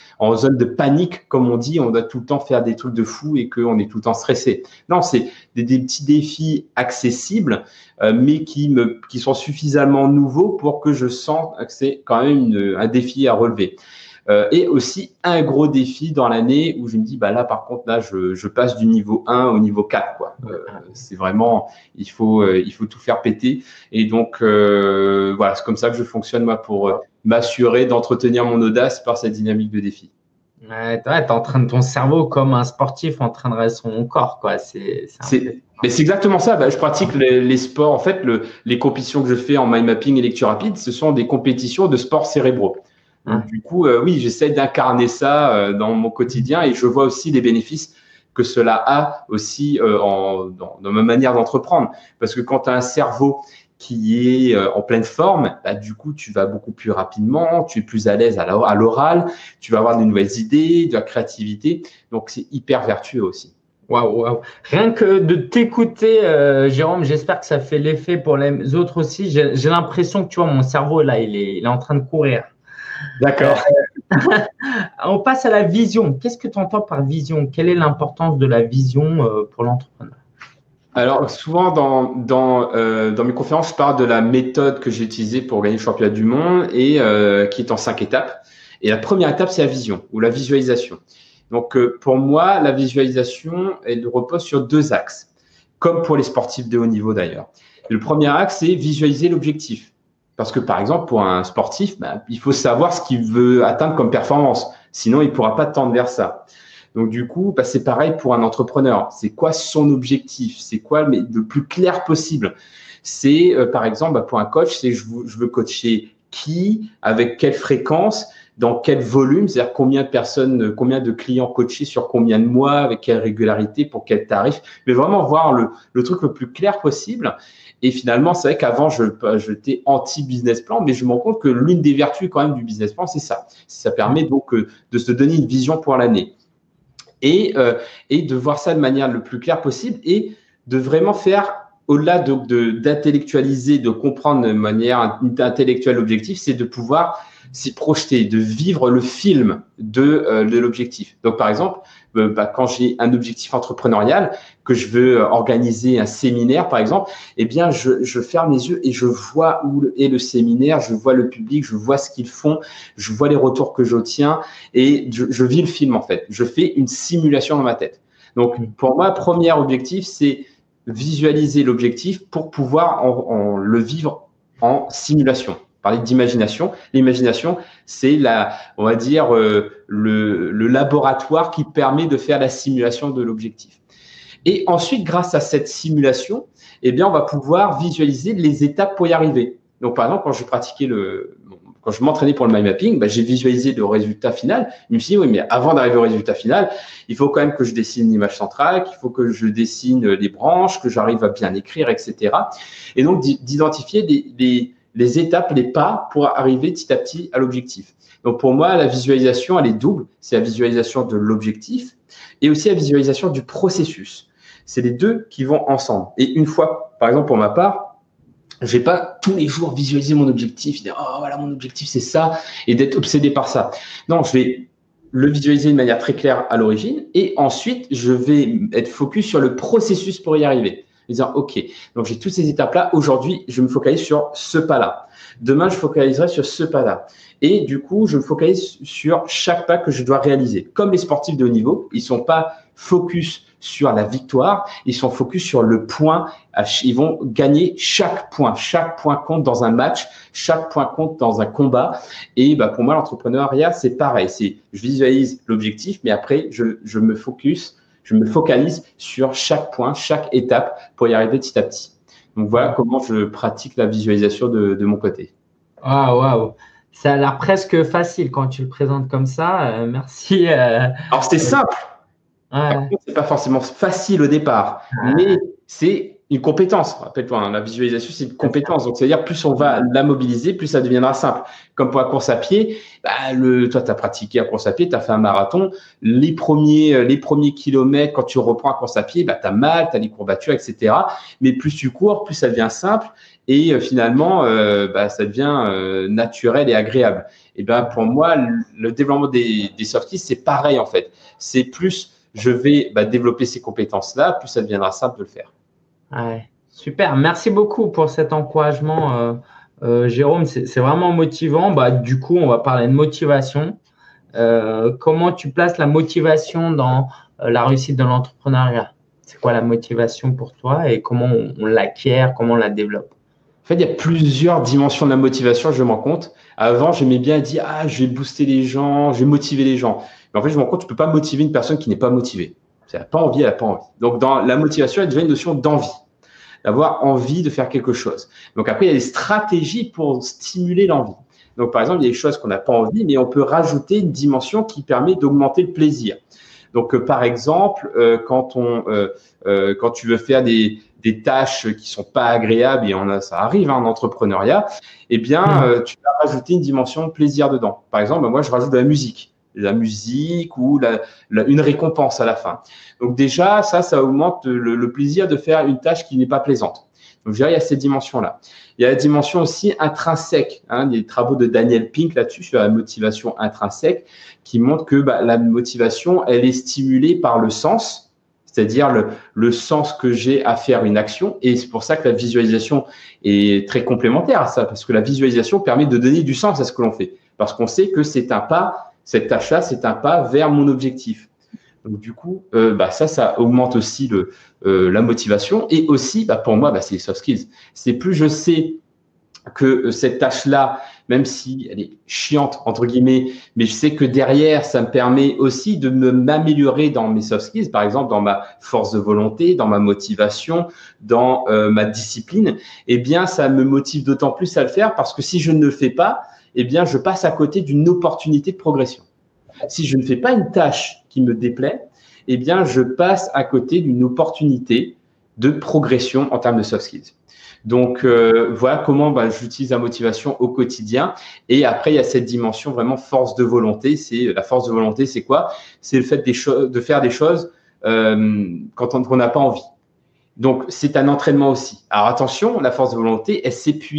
de panique, comme on dit, on doit tout le temps faire des trucs de fou et qu'on est tout le temps stressé. Non, c'est des petits défis accessibles, mais qui sont suffisamment nouveaux pour que je sente que c'est quand même un défi à relever. Et aussi un gros défi dans l'année où je me dis, là, par contre, là, je passe du niveau 1 au niveau 4, quoi. C'est vraiment, il faut tout faire péter. Et donc, voilà, c'est comme ça que je fonctionne, moi, pour m'assurer d'entretenir mon audace par cette dynamique de défi. Ouais, tu entraînes ton cerveau comme un sportif entraînerait son corps, quoi. Mais c'est exactement ça. Je pratique les sports. En fait, les compétitions que je fais en mind mapping et lecture rapide, ce sont des compétitions de sports cérébraux. Donc, du coup, oui, j'essaie d'incarner ça dans mon quotidien et je vois aussi les bénéfices que cela a aussi dans ma manière d'entreprendre. Parce que quand tu as un cerveau qui est en pleine forme, du coup, tu vas beaucoup plus rapidement, tu es plus à l'aise à l'oral, tu vas avoir de nouvelles idées, de la créativité. Donc, c'est hyper vertueux aussi. Waouh. Rien que de t'écouter, Jérôme, j'espère que ça fait l'effet pour les autres aussi. J'ai l'impression que, tu vois, mon cerveau, là, il est en train de courir. D'accord. On passe à la vision. Qu'est-ce que tu entends par vision? Quelle est l'importance de la vision pour l'entrepreneur? Alors, souvent, dans mes conférences, je parle de la méthode que j'ai utilisée pour gagner le championnat du monde et qui est en 5 étapes. Et la première étape, c'est la vision ou la visualisation. Donc, pour moi, la visualisation, elle repose sur 2 axes, comme pour les sportifs de haut niveau d'ailleurs. Le premier axe, c'est visualiser l'objectif. Parce que, par exemple, pour un sportif, il faut savoir ce qu'il veut atteindre comme performance. Sinon, il ne pourra pas tendre vers ça. Donc, du coup, c'est pareil pour un entrepreneur. C'est quoi son objectif? C'est quoi mais le plus clair possible? C'est, par exemple, pour un coach, c'est je veux coacher qui, avec quelle fréquence, dans quel volume, c'est-à-dire combien de personnes, combien de clients coachés sur combien de mois, avec quelle régularité, pour quel tarif. Mais vraiment voir le truc le plus clair possible. Et finalement, c'est vrai qu'avant, j'étais anti-business plan, mais je me rends compte que l'une des vertus quand même du business plan, c'est ça. Ça permet donc de se donner une vision pour l'année. Et de voir ça de manière le plus claire possible et de vraiment faire, au-delà d'intellectualiser, de comprendre de manière intellectuelle l'objectif, c'est de pouvoir s'y projeter, de vivre le film de l'objectif. Donc, par exemple, quand j'ai un objectif entrepreneurial, que je veux organiser un séminaire, par exemple, eh bien, je ferme les yeux et je vois où est le séminaire, je vois le public, je vois ce qu'ils font, je vois les retours que j'obtiens et je vis le film, en fait. Je fais une simulation dans ma tête. Donc, pour moi, premier objectif, c'est visualiser l'objectif pour pouvoir le vivre en simulation. Parler d'imagination. L'imagination, c'est on va dire, le laboratoire qui permet de faire la simulation de l'objectif. Et ensuite, grâce à cette simulation, eh bien, on va pouvoir visualiser les étapes pour y arriver. Donc, par exemple, quand je m'entraînais pour le mind mapping, j'ai visualisé le résultat final. Je me suis dit, oui, mais avant d'arriver au résultat final, il faut quand même que je dessine l'image centrale, qu'il faut que je dessine les branches, que j'arrive à bien écrire, etc. Et donc, d'identifier les étapes, les pas pour arriver petit à petit à l'objectif. Donc, pour moi, la visualisation, elle est double. C'est la visualisation de l'objectif et aussi la visualisation du processus. C'est les deux qui vont ensemble. Et une fois, par exemple, pour ma part, je vais pas tous les jours visualiser mon objectif, dire oh voilà mon objectif c'est ça et d'être obsédé par ça. Non, je vais le visualiser de manière très claire à l'origine et ensuite je vais être focus sur le processus pour y arriver. Dire ok, donc j'ai toutes ces étapes là. Aujourd'hui, je me focalise sur ce pas-là. Demain, je focaliserai sur ce pas-là. Et du coup, je me focalise sur chaque pas que je dois réaliser. Comme les sportifs de haut niveau, ils sont pas focus sur la victoire, ils sont focus sur le point. Ils vont gagner chaque point. Chaque point compte dans un match, chaque point compte dans un combat. Et pour moi, l'entrepreneuriat, c'est pareil. Je visualise l'objectif, mais après, je me focalise sur chaque point, chaque étape pour y arriver petit à petit. Donc voilà comment je pratique la visualisation de mon côté. Waouh. Ça a l'air presque facile quand tu le présentes comme ça. Merci. Alors, c'était simple. Par contre, c'est pas forcément facile au départ, mais c'est une compétence. Rappelle-toi, la visualisation, c'est une compétence. Donc, c'est-à-dire, plus on va la mobiliser, plus ça deviendra simple. Comme pour la course à pied, toi, tu as pratiqué la course à pied, tu as fait un marathon. Les premiers kilomètres, quand tu reprends la course à pied, tu as mal, tu as des courbatures, etc. Mais plus tu cours, plus ça devient simple. Et finalement, ça devient naturel et agréable. Et pour moi, le développement des soft skills, c'est pareil en fait. C'est plus je vais développer ces compétences-là, plus ça deviendra simple de le faire. Ouais, super. Merci beaucoup pour cet encouragement, Jérôme. C'est vraiment motivant. Du coup, on va parler de motivation. Comment tu places la motivation dans la réussite de l'entrepreneuriat? C'est quoi la motivation pour toi et comment on l'acquiert, comment on la développe? En fait, il y a plusieurs dimensions de la motivation, je me rends compte. Avant, j'aimais bien dire « je vais booster les gens, je vais motiver les gens ». Mais en fait, je me rends compte, tu ne peux pas motiver une personne qui n'est pas motivée. Elle n'a pas envie, elle n'a pas envie. Donc, dans la motivation, il y a déjà une notion d'envie, d'avoir envie de faire quelque chose. Donc, après, il y a des stratégies pour stimuler l'envie. Donc, par exemple, il y a des choses qu'on n'a pas envie, mais on peut rajouter une dimension qui permet d'augmenter le plaisir. Donc, par exemple, quand tu veux faire des tâches qui sont pas agréables, et ça arrive en entrepreneuriat, eh bien, tu vas rajouter une dimension de plaisir dedans. Par exemple, moi, je rajoute de la musique ou une récompense à la fin. Donc déjà, ça augmente le plaisir de faire une tâche qui n'est pas plaisante. Donc déjà, il y a cette dimension-là. Il y a la dimension aussi intrinsèque, des travaux de Daniel Pink là-dessus sur la motivation intrinsèque qui montrent que la motivation, elle est stimulée par le sens, c'est-à-dire le sens que j'ai à faire une action. Et c'est pour ça que la visualisation est très complémentaire à ça, parce que la visualisation permet de donner du sens à ce que l'on fait, parce qu'on sait que c'est un pas. Cette tâche-là, c'est un pas vers mon objectif. Donc, du coup, ça augmente aussi la motivation. Et aussi, pour moi, c'est les soft skills. C'est plus je sais que cette tâche-là, même si elle est chiante, entre guillemets, mais je sais que derrière, ça me permet aussi de m'améliorer dans mes soft skills, par exemple, dans ma force de volonté, dans ma motivation, dans ma discipline, eh bien, ça me motive d'autant plus à le faire parce que si je ne le fais pas, eh bien, je passe à côté d'une opportunité de progression. Si je ne fais pas une tâche qui me déplaît, eh bien, je passe à côté d'une opportunité de progression en termes de soft skills. Donc, voilà comment j'utilise la motivation au quotidien. Et après, il y a cette dimension vraiment force de volonté. La force de volonté, c'est quoi? C'est le fait de faire des choses quand on n'a pas envie. Donc, c'est un entraînement aussi. Alors, attention, la force de volonté, elle s'épuise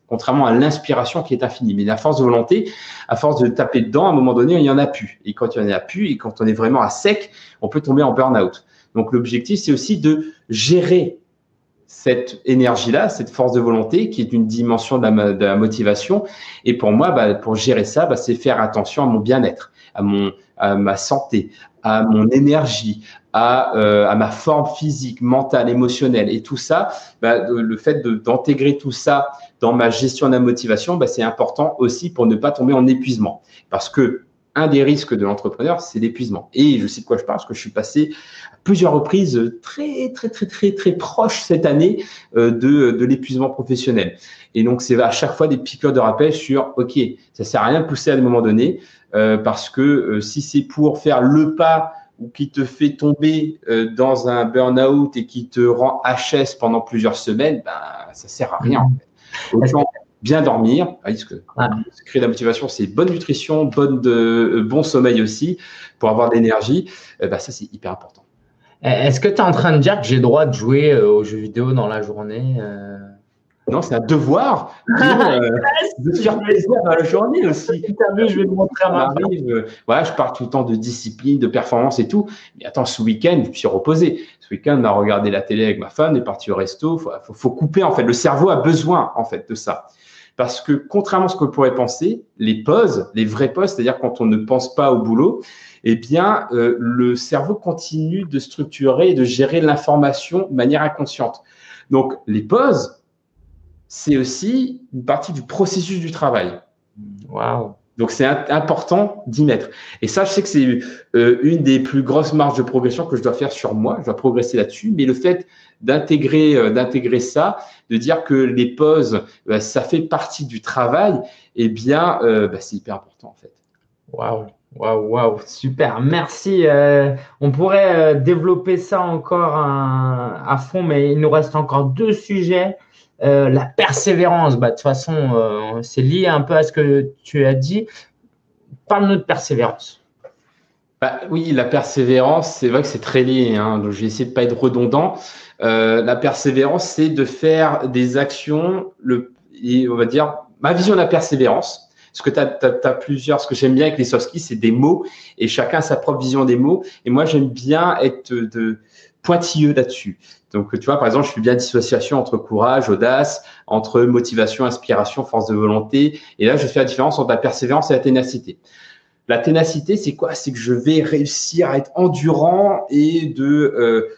contrairement à l'inspiration qui est infinie. Mais la force de volonté, à force de taper dedans, à un moment donné, il n'y en a plus. Et quand il n'y en a plus, et quand on est vraiment à sec, on peut tomber en burn-out. Donc, l'objectif, c'est aussi de gérer cette énergie-là, cette force de volonté qui est une dimension de la motivation. Et pour moi, pour gérer ça, c'est faire attention à mon bien-être, à ma santé, à mon énergie, à ma forme physique, mentale, émotionnelle. Et tout ça, le fait d'intégrer tout ça dans ma gestion de la motivation, c'est important aussi pour ne pas tomber en épuisement. Parce que un des risques de l'entrepreneur, c'est l'épuisement. Et je sais de quoi je parle, parce que je suis passé à plusieurs reprises très proche cette année de l'épuisement professionnel. Et donc, c'est à chaque fois des piqûres de rappel sur, OK, ça sert à rien de pousser à un moment donné, parce que si c'est pour faire le pas ou qui te fait tomber dans un burn-out et qui te rend HS pendant plusieurs semaines, ça sert à rien. En fait. Autant bien dormir, parce que créer de la motivation, c'est bonne nutrition, bon sommeil aussi, pour avoir de l'énergie. Ça, c'est hyper important. Est-ce que tu es en train de dire que j'ai le droit de jouer aux jeux vidéo dans la journée Non, c'est un devoir de se faire plaisir dans la journée aussi. Je vais te montrer à ma je parle tout le temps de discipline, de performance et tout. Mais attends, ce week-end, je me suis reposé. Ce week-end, on a regardé la télé avec ma femme, on est parti au resto. Faut couper, en fait. Le cerveau a besoin, en fait, de ça. Parce que contrairement à ce qu'on pourrait penser, les pauses, les vraies pauses, c'est-à-dire quand on ne pense pas au boulot, le cerveau continue de structurer et de gérer l'information de manière inconsciente. Donc, les pauses, c'est aussi une partie du processus du travail. Waouh. Donc, c'est important d'y mettre. Et ça, je sais que c'est une des plus grosses marges de progression que je dois faire sur moi. Je dois progresser là-dessus. Mais le fait d'intégrer ça, de dire que les pauses, ça fait partie du travail, c'est hyper important, en fait. Waouh, super, merci. On pourrait développer ça encore à fond, mais il nous reste encore 2 sujets. La persévérance, de toute façon, c'est lié un peu à ce que tu as dit. Parle-nous de persévérance. Oui, la persévérance, c'est vrai que c'est très lié, donc je vais essayer de pas être redondant. La persévérance, c'est de faire des actions, et on va dire, ma vision de la persévérance. Parce que tu as plusieurs, ce que j'aime bien avec les soft skills, c'est des mots et chacun a sa propre vision des mots. Et moi, j'aime bien être pointilleux là-dessus. Donc, tu vois, par exemple, je fais bien dissociation entre courage, audace, entre motivation, inspiration, force de volonté. Et là, je fais la différence entre la persévérance et la ténacité. La ténacité, c'est quoi? C'est que je vais réussir à être endurant et de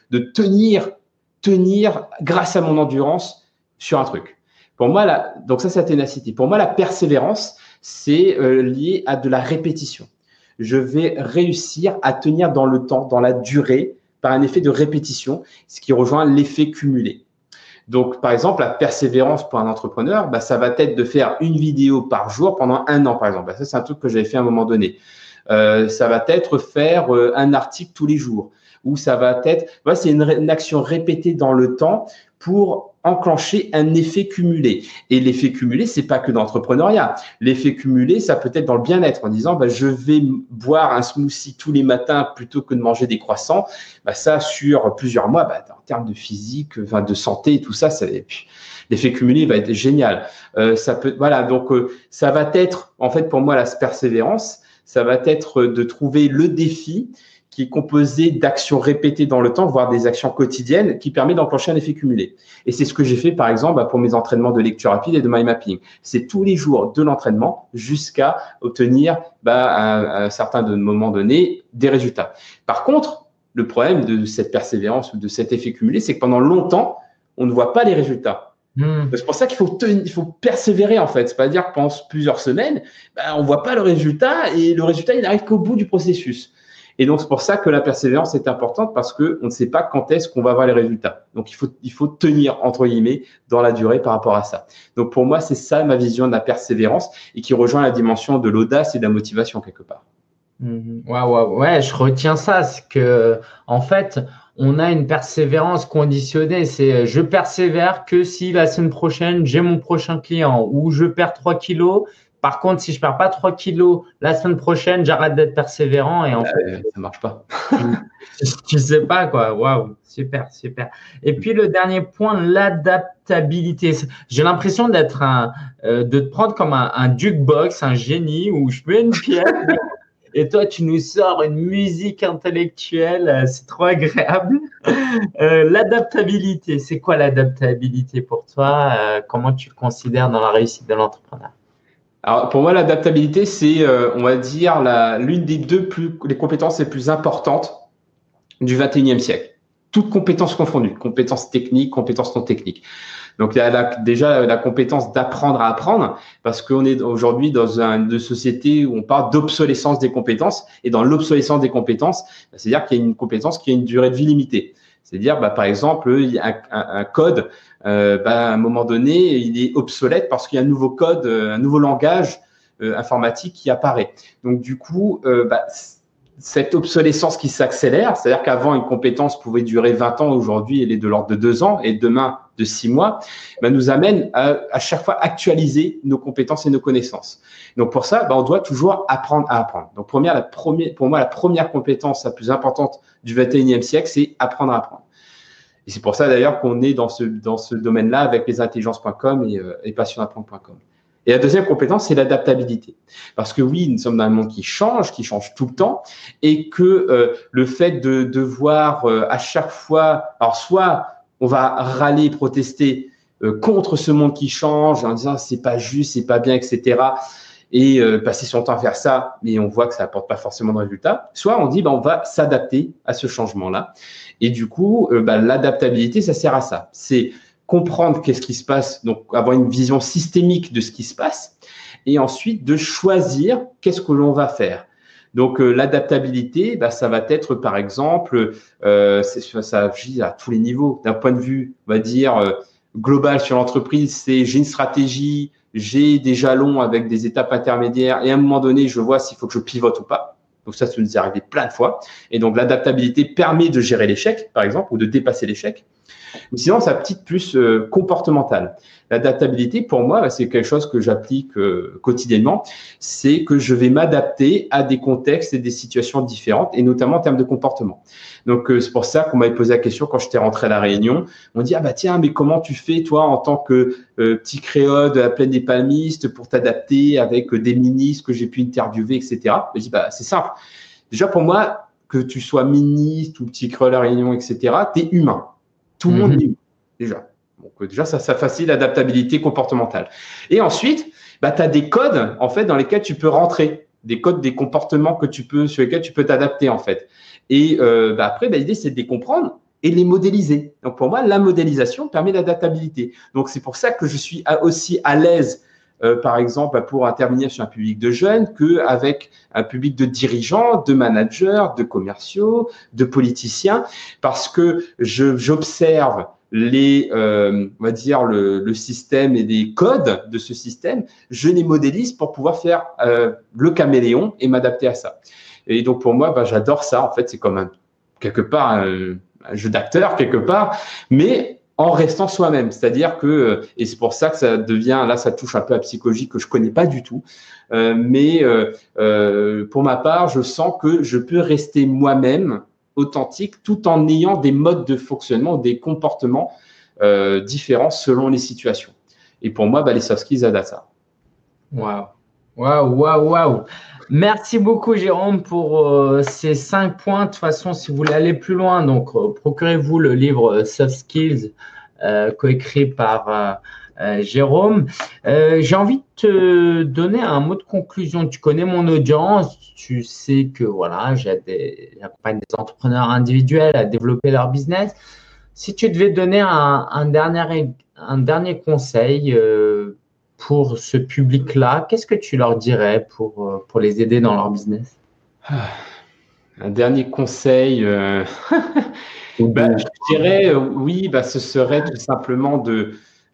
tenir grâce à mon endurance sur un truc. Pour moi, donc ça, c'est la ténacité. Pour moi, la persévérance, c'est lié à de la répétition. Je vais réussir à tenir dans le temps, dans la durée, par un effet de répétition, ce qui rejoint l'effet cumulé. Donc, par exemple, la persévérance pour un entrepreneur, ça va être de faire une vidéo par jour pendant 1 an, par exemple. Ça, c'est un truc que j'avais fait à un moment donné. Ça va être faire un article tous les jours. Ou ça va être, c'est une action répétée dans le temps pour enclencher un effet cumulé. Et l'effet cumulé, c'est pas que dans l'entrepreneuriat. L'effet cumulé, ça peut être dans le bien-être en disant, je vais boire un smoothie tous les matins plutôt que de manger des croissants. Ça, sur plusieurs mois, en termes de physique, de santé et tout ça, l'effet cumulé va être génial. Donc ça va être, en fait, pour moi, la persévérance, ça va être de trouver le défi qui est composé d'actions répétées dans le temps, voire des actions quotidiennes, qui permet d'enclencher un effet cumulé. Et c'est ce que j'ai fait, par exemple, pour mes entraînements de lecture rapide et de mind mapping. C'est tous les jours de l'entraînement jusqu'à obtenir, à un certain moment donné, des résultats. Par contre, le problème de cette persévérance ou de cet effet cumulé, c'est que pendant longtemps, on ne voit pas les résultats. C'est pour ça qu'il faut persévérer, en fait. C'est-à-dire que pendant plusieurs semaines, on ne voit pas le résultat et le résultat, il n'arrive qu'au bout du processus. Et donc, c'est pour ça que la persévérance est importante parce qu'on ne sait pas quand est-ce qu'on va voir les résultats. Donc, il faut tenir, entre guillemets, dans la durée par rapport à ça. Donc, pour moi, c'est ça ma vision de la persévérance et qui rejoint la dimension de l'audace et de la motivation quelque part. Ouais, je retiens ça. C'est que, en fait, on a une persévérance conditionnée. C'est je persévère que si la semaine prochaine, j'ai mon prochain client ou je perds 3 kilos Par contre, si je perds pas 3 kilos la semaine prochaine, j'arrête d'être persévérant et en fait, ça marche pas. tu sais pas quoi. Waouh, super, super. Et puis le dernier point, l'adaptabilité. J'ai l'impression de te prendre comme un jukebox, un génie où je mets une pièce et toi tu nous sors une musique intellectuelle. C'est trop agréable. L'adaptabilité, c'est quoi l'adaptabilité pour toi? Comment tu le considères dans la réussite de l'entrepreneur? Alors, pour moi, l'adaptabilité, c'est, on va dire, l'une des les compétences les plus importantes du 21e siècle. Toutes compétences confondues, compétences techniques, compétences non techniques. Donc, il y a déjà la compétence d'apprendre à apprendre, parce qu'on est aujourd'hui dans une société où on parle d'obsolescence des compétences. Et dans l'obsolescence des compétences, c'est-à-dire qu'il y a une compétence qui a une durée de vie limitée. C'est-à-dire, par exemple, il y a un code, à un moment donné, il est obsolète parce qu'il y a un nouveau code, un nouveau langage informatique qui apparaît. Donc, du coup, cette obsolescence qui s'accélère, c'est-à-dire qu'avant, une compétence pouvait durer 20 ans, aujourd'hui, elle est de l'ordre de 2 ans et demain, de 6 mois, nous amène à chaque fois actualiser nos compétences et nos connaissances. Donc, pour ça, on doit toujours apprendre à apprendre. Donc, pour moi, la première compétence la plus importante du 21e siècle, c'est apprendre à apprendre. Et c'est pour ça, d'ailleurs, qu'on est dans ce domaine-là avec lesintelligences.com et passionapprendre.com. Et la deuxième compétence, c'est l'adaptabilité. Parce que oui, nous sommes dans un monde qui change tout le temps, et que le fait de devoir à chaque fois, alors soit on va râler, protester contre ce monde qui change en disant c'est pas juste, c'est pas bien, etc. Et passer son temps à faire ça, mais on voit que ça apporte pas forcément de résultats. Soit on dit on va s'adapter à ce changement-là. Et du coup, l'adaptabilité, ça sert à ça. C'est comprendre qu'est-ce qui se passe, donc avoir une vision systémique de ce qui se passe, et ensuite de choisir qu'est-ce que l'on va faire. Donc l'adaptabilité, ça va être par exemple, ça agit à tous les niveaux. D'un point de vue, on va dire global sur l'entreprise, c'est j'ai une stratégie, j'ai des jalons avec des étapes intermédiaires, et à un moment donné, je vois s'il faut que je pivote ou pas. Donc ça nous est arrivé plein de fois. Et donc l'adaptabilité permet de gérer l'échec, par exemple, ou de dépasser l'échec. Mais sinon, c'est petite plus comportementale. L'adaptabilité, pour moi, c'est quelque chose que j'applique quotidiennement. C'est que je vais m'adapter à des contextes et des situations différentes, et notamment en termes de comportement. Donc, c'est pour ça qu'on m'avait posé la question quand j'étais rentré à La Réunion. On dit, tiens, mais comment tu fais, toi, en tant que petit créole de la plaine des Palmistes, pour t'adapter avec des ministres que j'ai pu interviewer, etc. Je dis, c'est simple. Déjà, pour moi, que tu sois ministre ou petit créole à La Réunion, etc., tu es humain. Tout le monde est humain, déjà. Donc, déjà, ça facilite l'adaptabilité comportementale. Et ensuite, tu as des codes, en fait, dans lesquels tu peux rentrer. Des codes, des comportements sur lesquels tu peux t'adapter, en fait. Et après, l'idée, c'est de les comprendre et les modéliser. Donc, pour moi, la modélisation permet l'adaptabilité. Donc, c'est pour ça que je suis aussi à l'aise, par exemple, pour intervenir sur un public de jeunes qu'avec un public de dirigeants, de managers, de commerciaux, de politiciens, parce que j'observe on va dire le système et les codes de ce système, je les modélise pour pouvoir faire le caméléon et m'adapter à ça. Et donc pour moi, j'adore ça. En fait, c'est comme quelque part un jeu d'acteur quelque part, mais en restant soi-même. C'est-à-dire que, et c'est pour ça que ça devient, là, ça touche un peu à la psychologie que je connais pas du tout, mais pour ma part, je sens que je peux rester moi-même, authentique, tout en ayant des modes de fonctionnement, des comportements différents selon les situations. Et pour moi, les soft skills aident à ça. Waouh. Merci beaucoup, Jérôme, pour ces 5 points. De toute façon, si vous voulez aller plus loin, donc procurez-vous le livre Soft Skills coécrit par Jérôme. J'ai envie de te donner un mot de conclusion. Tu connais mon audience, tu sais que voilà, j'accompagne des entrepreneurs individuels à développer leur business. Si tu devais donner un dernier conseil pour ce public-là, qu'est-ce que tu leur dirais pour les aider dans leur business? Un dernier conseil, je dirais oui, ce serait tout simplement de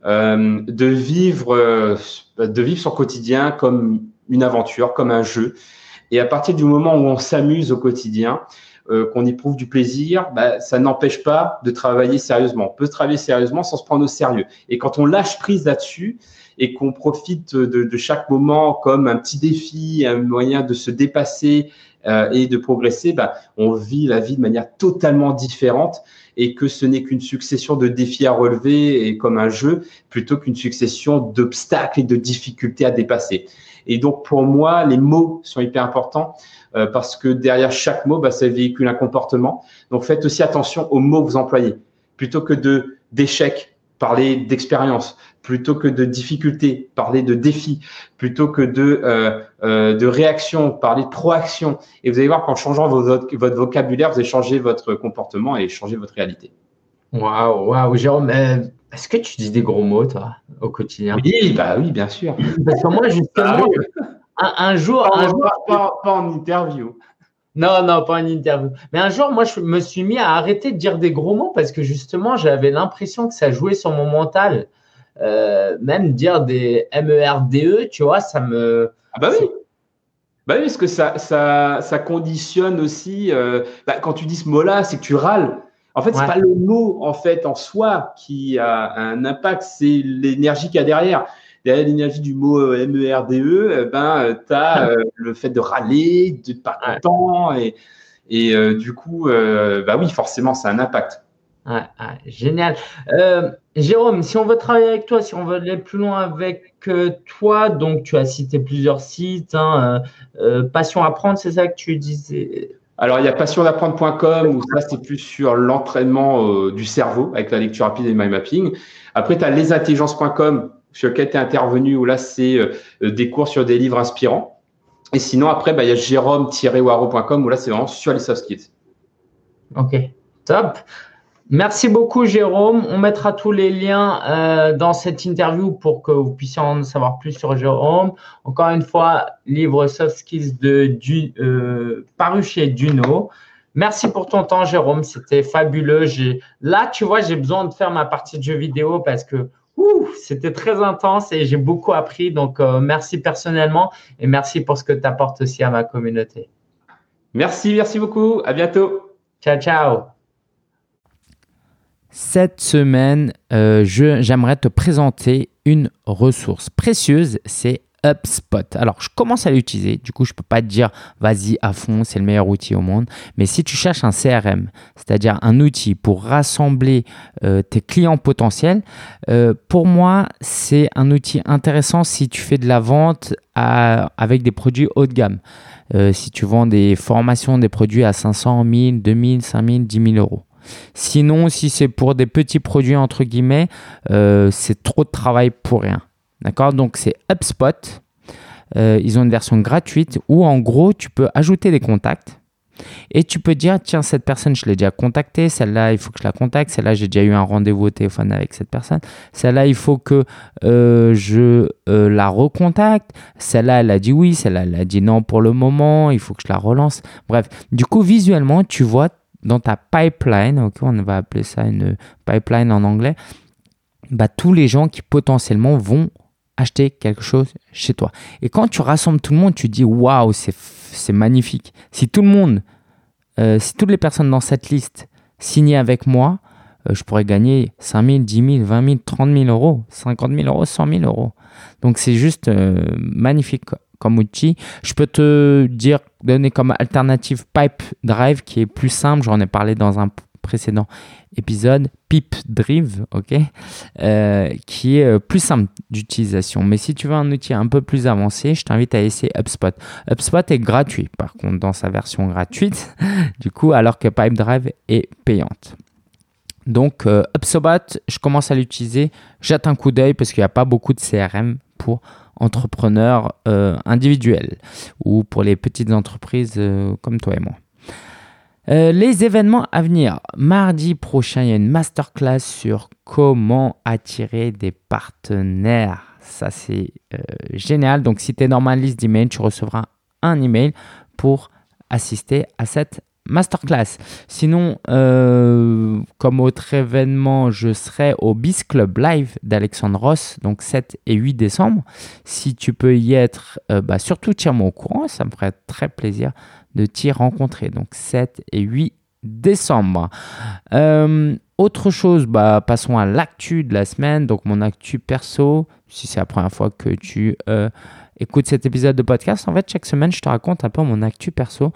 vivre son quotidien comme une aventure, comme un jeu. Et à partir du moment où on s'amuse au quotidien, qu'on éprouve du plaisir, ça n'empêche pas de travailler sérieusement. On peut travailler sérieusement sans se prendre au sérieux. Et quand on lâche prise là-dessus et qu'on profite de chaque moment comme un petit défi, un moyen de se dépasser et de progresser, on vit la vie de manière totalement différente et que ce n'est qu'une succession de défis à relever et comme un jeu plutôt qu'une succession d'obstacles et de difficultés à dépasser. Et donc, pour moi, les mots sont hyper importants parce que derrière chaque mot, ça véhicule un comportement. Donc, faites aussi attention aux mots que vous employez. Plutôt que d'échec, parlez d'expérience. Plutôt que de difficulté, parlez de défi. Plutôt que de réaction, parlez de proaction. Et vous allez voir qu'en changeant votre vocabulaire, vous allez changer votre comportement et changer votre réalité. Waouh, Jérôme. Est-ce que tu dis des gros mots, toi, au quotidien? Oui, bien sûr. Parce que moi, justement, un jour… Pas en interview. Non, pas en interview. Mais un jour, moi, je me suis mis à arrêter de dire des gros mots parce que justement, j'avais l'impression que ça jouait sur mon mental. Même dire des MERDE, tu vois, ça me… Ah oui. Oui, parce que ça conditionne aussi. Quand tu dis ce mot-là, c'est que tu râles. En fait, c'est pas le mot en soi qui a un impact, c'est l'énergie qu'il y a derrière. Derrière l'énergie du mot MERDE, tu as le fait de râler, de pas content, et du coup, oui, forcément, ça a un impact. Génial. Jérôme, si on veut travailler avec toi, si on veut aller plus loin avec toi, donc tu as cité plusieurs sites, Passion Apprendre, c'est ça que tu disais? Alors, il y a passiondapprendre.com où ça, c'est plus sur l'entraînement du cerveau avec la lecture rapide et le mind mapping. Après, tu as lesintelligences.com sur lequel tu es intervenu où là, c'est des cours sur des livres inspirants. Et sinon, après, il y a jérôme-waro.com où là, c'est vraiment sur les soft skills. Ok, top. Merci beaucoup, Jérôme. On mettra tous les liens dans cette interview pour que vous puissiez en savoir plus sur Jérôme. Encore une fois, livre Soft Skills paru chez Duno. Merci pour ton temps, Jérôme. C'était fabuleux. Là, tu vois, j'ai besoin de faire ma partie de jeu vidéo parce que c'était très intense et j'ai beaucoup appris. Donc, merci personnellement et merci pour ce que tu apportes aussi à ma communauté. Merci beaucoup. À bientôt. Ciao. Cette semaine, j'aimerais te présenter une ressource précieuse, c'est HubSpot. Alors, je commence à l'utiliser. Du coup, je ne peux pas te dire vas-y à fond, c'est le meilleur outil au monde. Mais si tu cherches un CRM, c'est-à-dire un outil pour rassembler tes clients potentiels, pour moi, c'est un outil intéressant si tu fais de la vente avec des produits haut de gamme. Si tu vends des formations, des produits à 500, 1000, 2000, 5000, 10 000 euros. Sinon, si c'est pour des petits produits entre guillemets, c'est trop de travail pour rien. D'accord ? Donc, c'est HubSpot. Ils ont une version gratuite où en gros, tu peux ajouter des contacts et tu peux dire tiens, cette personne, je l'ai déjà contactée. Celle-là, il faut que je la contacte. Celle-là, j'ai déjà eu un rendez-vous au téléphone avec cette personne. Celle-là, il faut que je la recontacte. Celle-là, elle a dit oui. Celle-là, elle a dit non pour le moment. Il faut que je la relance. Bref, du coup, visuellement, tu vois dans ta pipeline, ok, on va appeler ça une pipeline en anglais, tous les gens qui potentiellement vont acheter quelque chose chez toi. Et quand tu rassembles tout le monde, tu dis waouh, c'est magnifique. Si tout le monde, si toutes les personnes dans cette liste signaient avec moi, je pourrais gagner 5 000, 10 000, 20 000, 30 000 euros, 50 000 euros, 100 000 euros. Donc c'est juste magnifique comme outil. Je peux te donner comme alternative Pipedrive qui est plus simple. J'en ai parlé dans un précédent épisode. Pipedrive, ok, qui est plus simple d'utilisation. Mais si tu veux un outil un peu plus avancé, je t'invite à essayer HubSpot. HubSpot est gratuit, par contre, dans sa version gratuite, du coup, alors que Pipedrive est payante. Donc, HubSpot, je commence à l'utiliser. Jette un coup d'œil parce qu'il n'y a pas beaucoup de CRM pour entrepreneurs individuels ou pour les petites entreprises comme toi et moi. Les événements à venir. Mardi prochain, il y a une masterclass sur comment attirer des partenaires. Ça, c'est génial. Donc, si tu es dans ma liste d'emails, tu recevras un email pour assister à cette masterclass. Sinon, comme autre événement, je serai au Biz Club Live d'Alexandre Ross, donc 7 et 8 décembre. Si tu peux y être, surtout tiens-moi au courant, ça me ferait très plaisir de t'y rencontrer. Donc 7 et 8 décembre. Autre chose, passons à l'actu de la semaine. Donc mon actu perso, si c'est la première fois que tu écoutes cet épisode de podcast, en fait chaque semaine je te raconte un peu mon actu perso.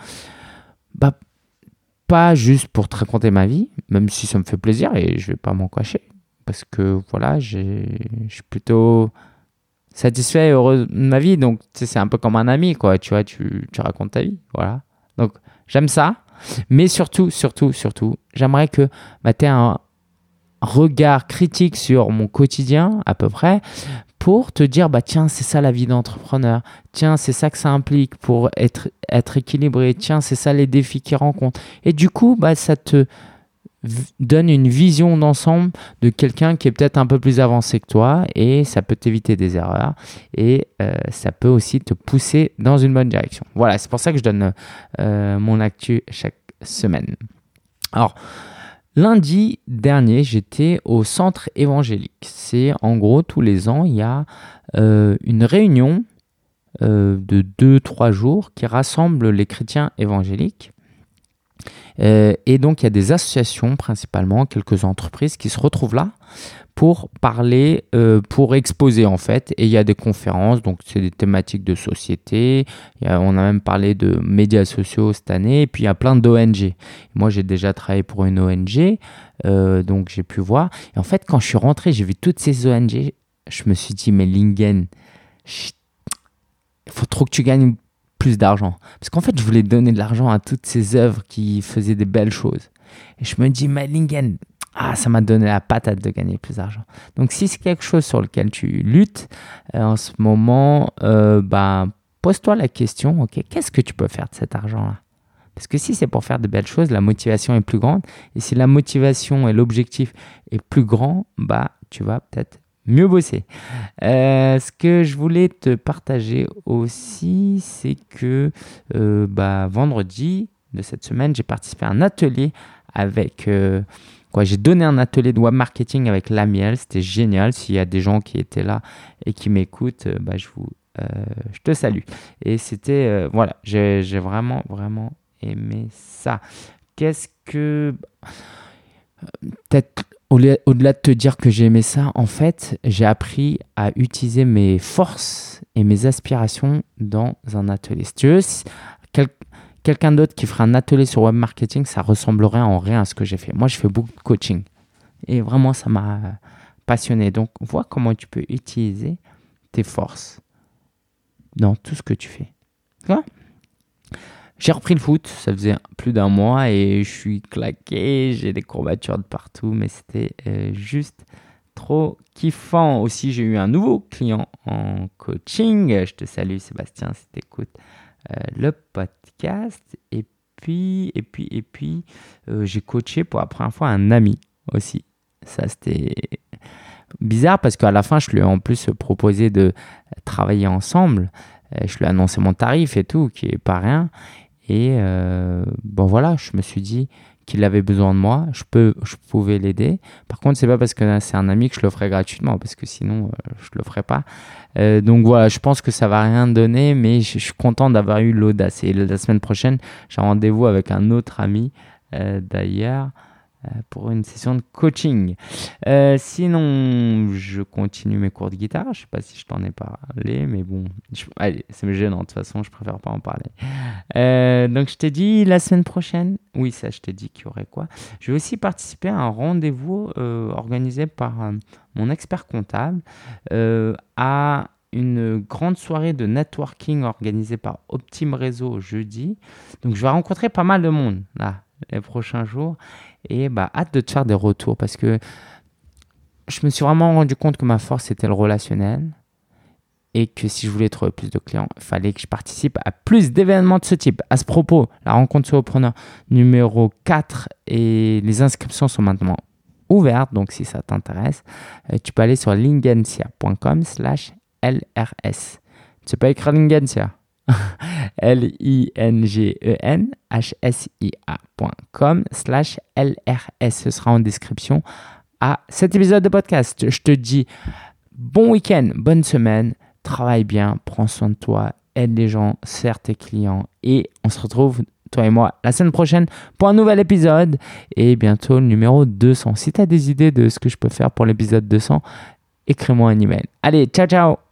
Pas juste pour te raconter ma vie, même si ça me fait plaisir et je vais pas m'en cacher, parce que voilà, je suis plutôt satisfait et heureux de ma vie. Donc c'est un peu comme un ami, quoi. Tu vois, tu racontes ta vie, voilà. Donc j'aime ça. Mais surtout, j'aimerais que tu aies un regard critique sur mon quotidien, à peu près, pour te dire, tiens, c'est ça la vie d'entrepreneur. Tiens, c'est ça que ça implique pour être équilibré. Tiens, c'est ça les défis qu'il rencontre. Et du coup, ça te donne une vision d'ensemble de quelqu'un qui est peut-être un peu plus avancé que toi, et ça peut t'éviter des erreurs et ça peut aussi te pousser dans une bonne direction. Voilà, c'est pour ça que je donne mon actu chaque semaine. Alors, lundi dernier, j'étais au centre évangélique. C'est en gros tous les ans, il y a une réunion de 2-3 jours qui rassemble les chrétiens évangéliques. Et donc, il y a des associations, principalement quelques entreprises qui se retrouvent là pour parler, pour exposer en fait. Et il y a des conférences, donc c'est des thématiques de société. On a même parlé de médias sociaux cette année. Et puis, il y a plein d'ONG. Moi, j'ai déjà travaillé pour une ONG, donc j'ai pu voir. Et en fait, quand je suis rentré, j'ai vu toutes ces ONG. Je me suis dit, mais Lingen, il faut trop que tu gagnes plus d'argent. Parce qu'en fait, je voulais donner de l'argent à toutes ces œuvres qui faisaient des belles choses. Et je me dis, mais Lingen, ça m'a donné la patate de gagner plus d'argent. Donc, si c'est quelque chose sur lequel tu luttes en ce moment, pose-toi la question, ok, qu'est-ce que tu peux faire de cet argent-là? Parce que si c'est pour faire de belles choses, la motivation est plus grande. Et si la motivation et l'objectif est plus grand, tu vas peut-être mieux bosser. Ce que je voulais te partager aussi, c'est que vendredi de cette semaine, j'ai participé à un atelier avec... j'ai donné un atelier de web marketing avec Lamiel. C'était génial. S'il y a des gens qui étaient là et qui m'écoutent, je te salue. Et c'était... j'ai vraiment, vraiment aimé ça. Qu'est-ce que... peut-être... Au-delà de te dire que j'ai aimé ça, en fait, j'ai appris à utiliser mes forces et mes aspirations dans un atelier. Si tu veux, quelqu'un d'autre qui ferait un atelier sur web marketing, ça ressemblerait en rien à ce que j'ai fait. Moi, je fais beaucoup de coaching. Et vraiment, ça m'a passionné. Donc, vois comment tu peux utiliser tes forces dans tout ce que tu fais. Tu vois ? J'ai repris le foot, ça faisait plus d'un mois et je suis claqué, j'ai des courbatures de partout, mais c'était juste trop kiffant. Aussi, j'ai eu un nouveau client en coaching. Je te salue Sébastien si tu écoutes le podcast. Et puis j'ai coaché pour la première fois un ami aussi. Ça, c'était bizarre parce qu'à la fin, je lui ai en plus proposé de travailler ensemble. Je lui ai annoncé mon tarif et tout, qui est pas rien. Et je me suis dit qu'il avait besoin de moi, je pouvais l'aider. Par contre, c'est pas parce que c'est un ami que je le ferai gratuitement, parce que sinon, je le ferai pas. Donc voilà, je pense que ça va rien donner, mais je suis content d'avoir eu l'audace. Et la semaine prochaine, j'ai rendez-vous avec un autre ami, d'ailleurs, pour une session de coaching. Sinon, je continue mes cours de guitare. Je ne sais pas si je t'en ai parlé, mais bon, allez, c'est gênant. De toute façon, je préfère pas en parler. Donc, je t'ai dit la semaine prochaine. Oui, ça, je t'ai dit qu'il y aurait quoi. Je vais aussi participer à un rendez-vous organisé par mon expert comptable à une grande soirée de networking organisée par Optime Réseau jeudi. Donc, je vais rencontrer pas mal de monde là les prochains jours. Et hâte de te faire des retours parce que je me suis vraiment rendu compte que ma force c'était le relationnel et que si je voulais trouver plus de clients, il fallait que je participe à plus d'événements de ce type. À ce propos, la rencontre solopreneur numéro 4 et les inscriptions sont maintenant ouvertes. Donc si ça t'intéresse, tu peux aller sur lingencia.com/LRS. Tu sais pas écrire Lingencia? lingenhsia.com/LRS. Ce sera en description à cet épisode de podcast. Je te dis bon week-end, bonne semaine, travaille bien, prends soin de toi, aide les gens, sers tes clients et on se retrouve, toi et moi, la semaine prochaine pour un nouvel épisode et bientôt le numéro 200. Si tu as des idées de ce que je peux faire pour l'épisode 200, écris-moi un email. Allez, ciao, ciao!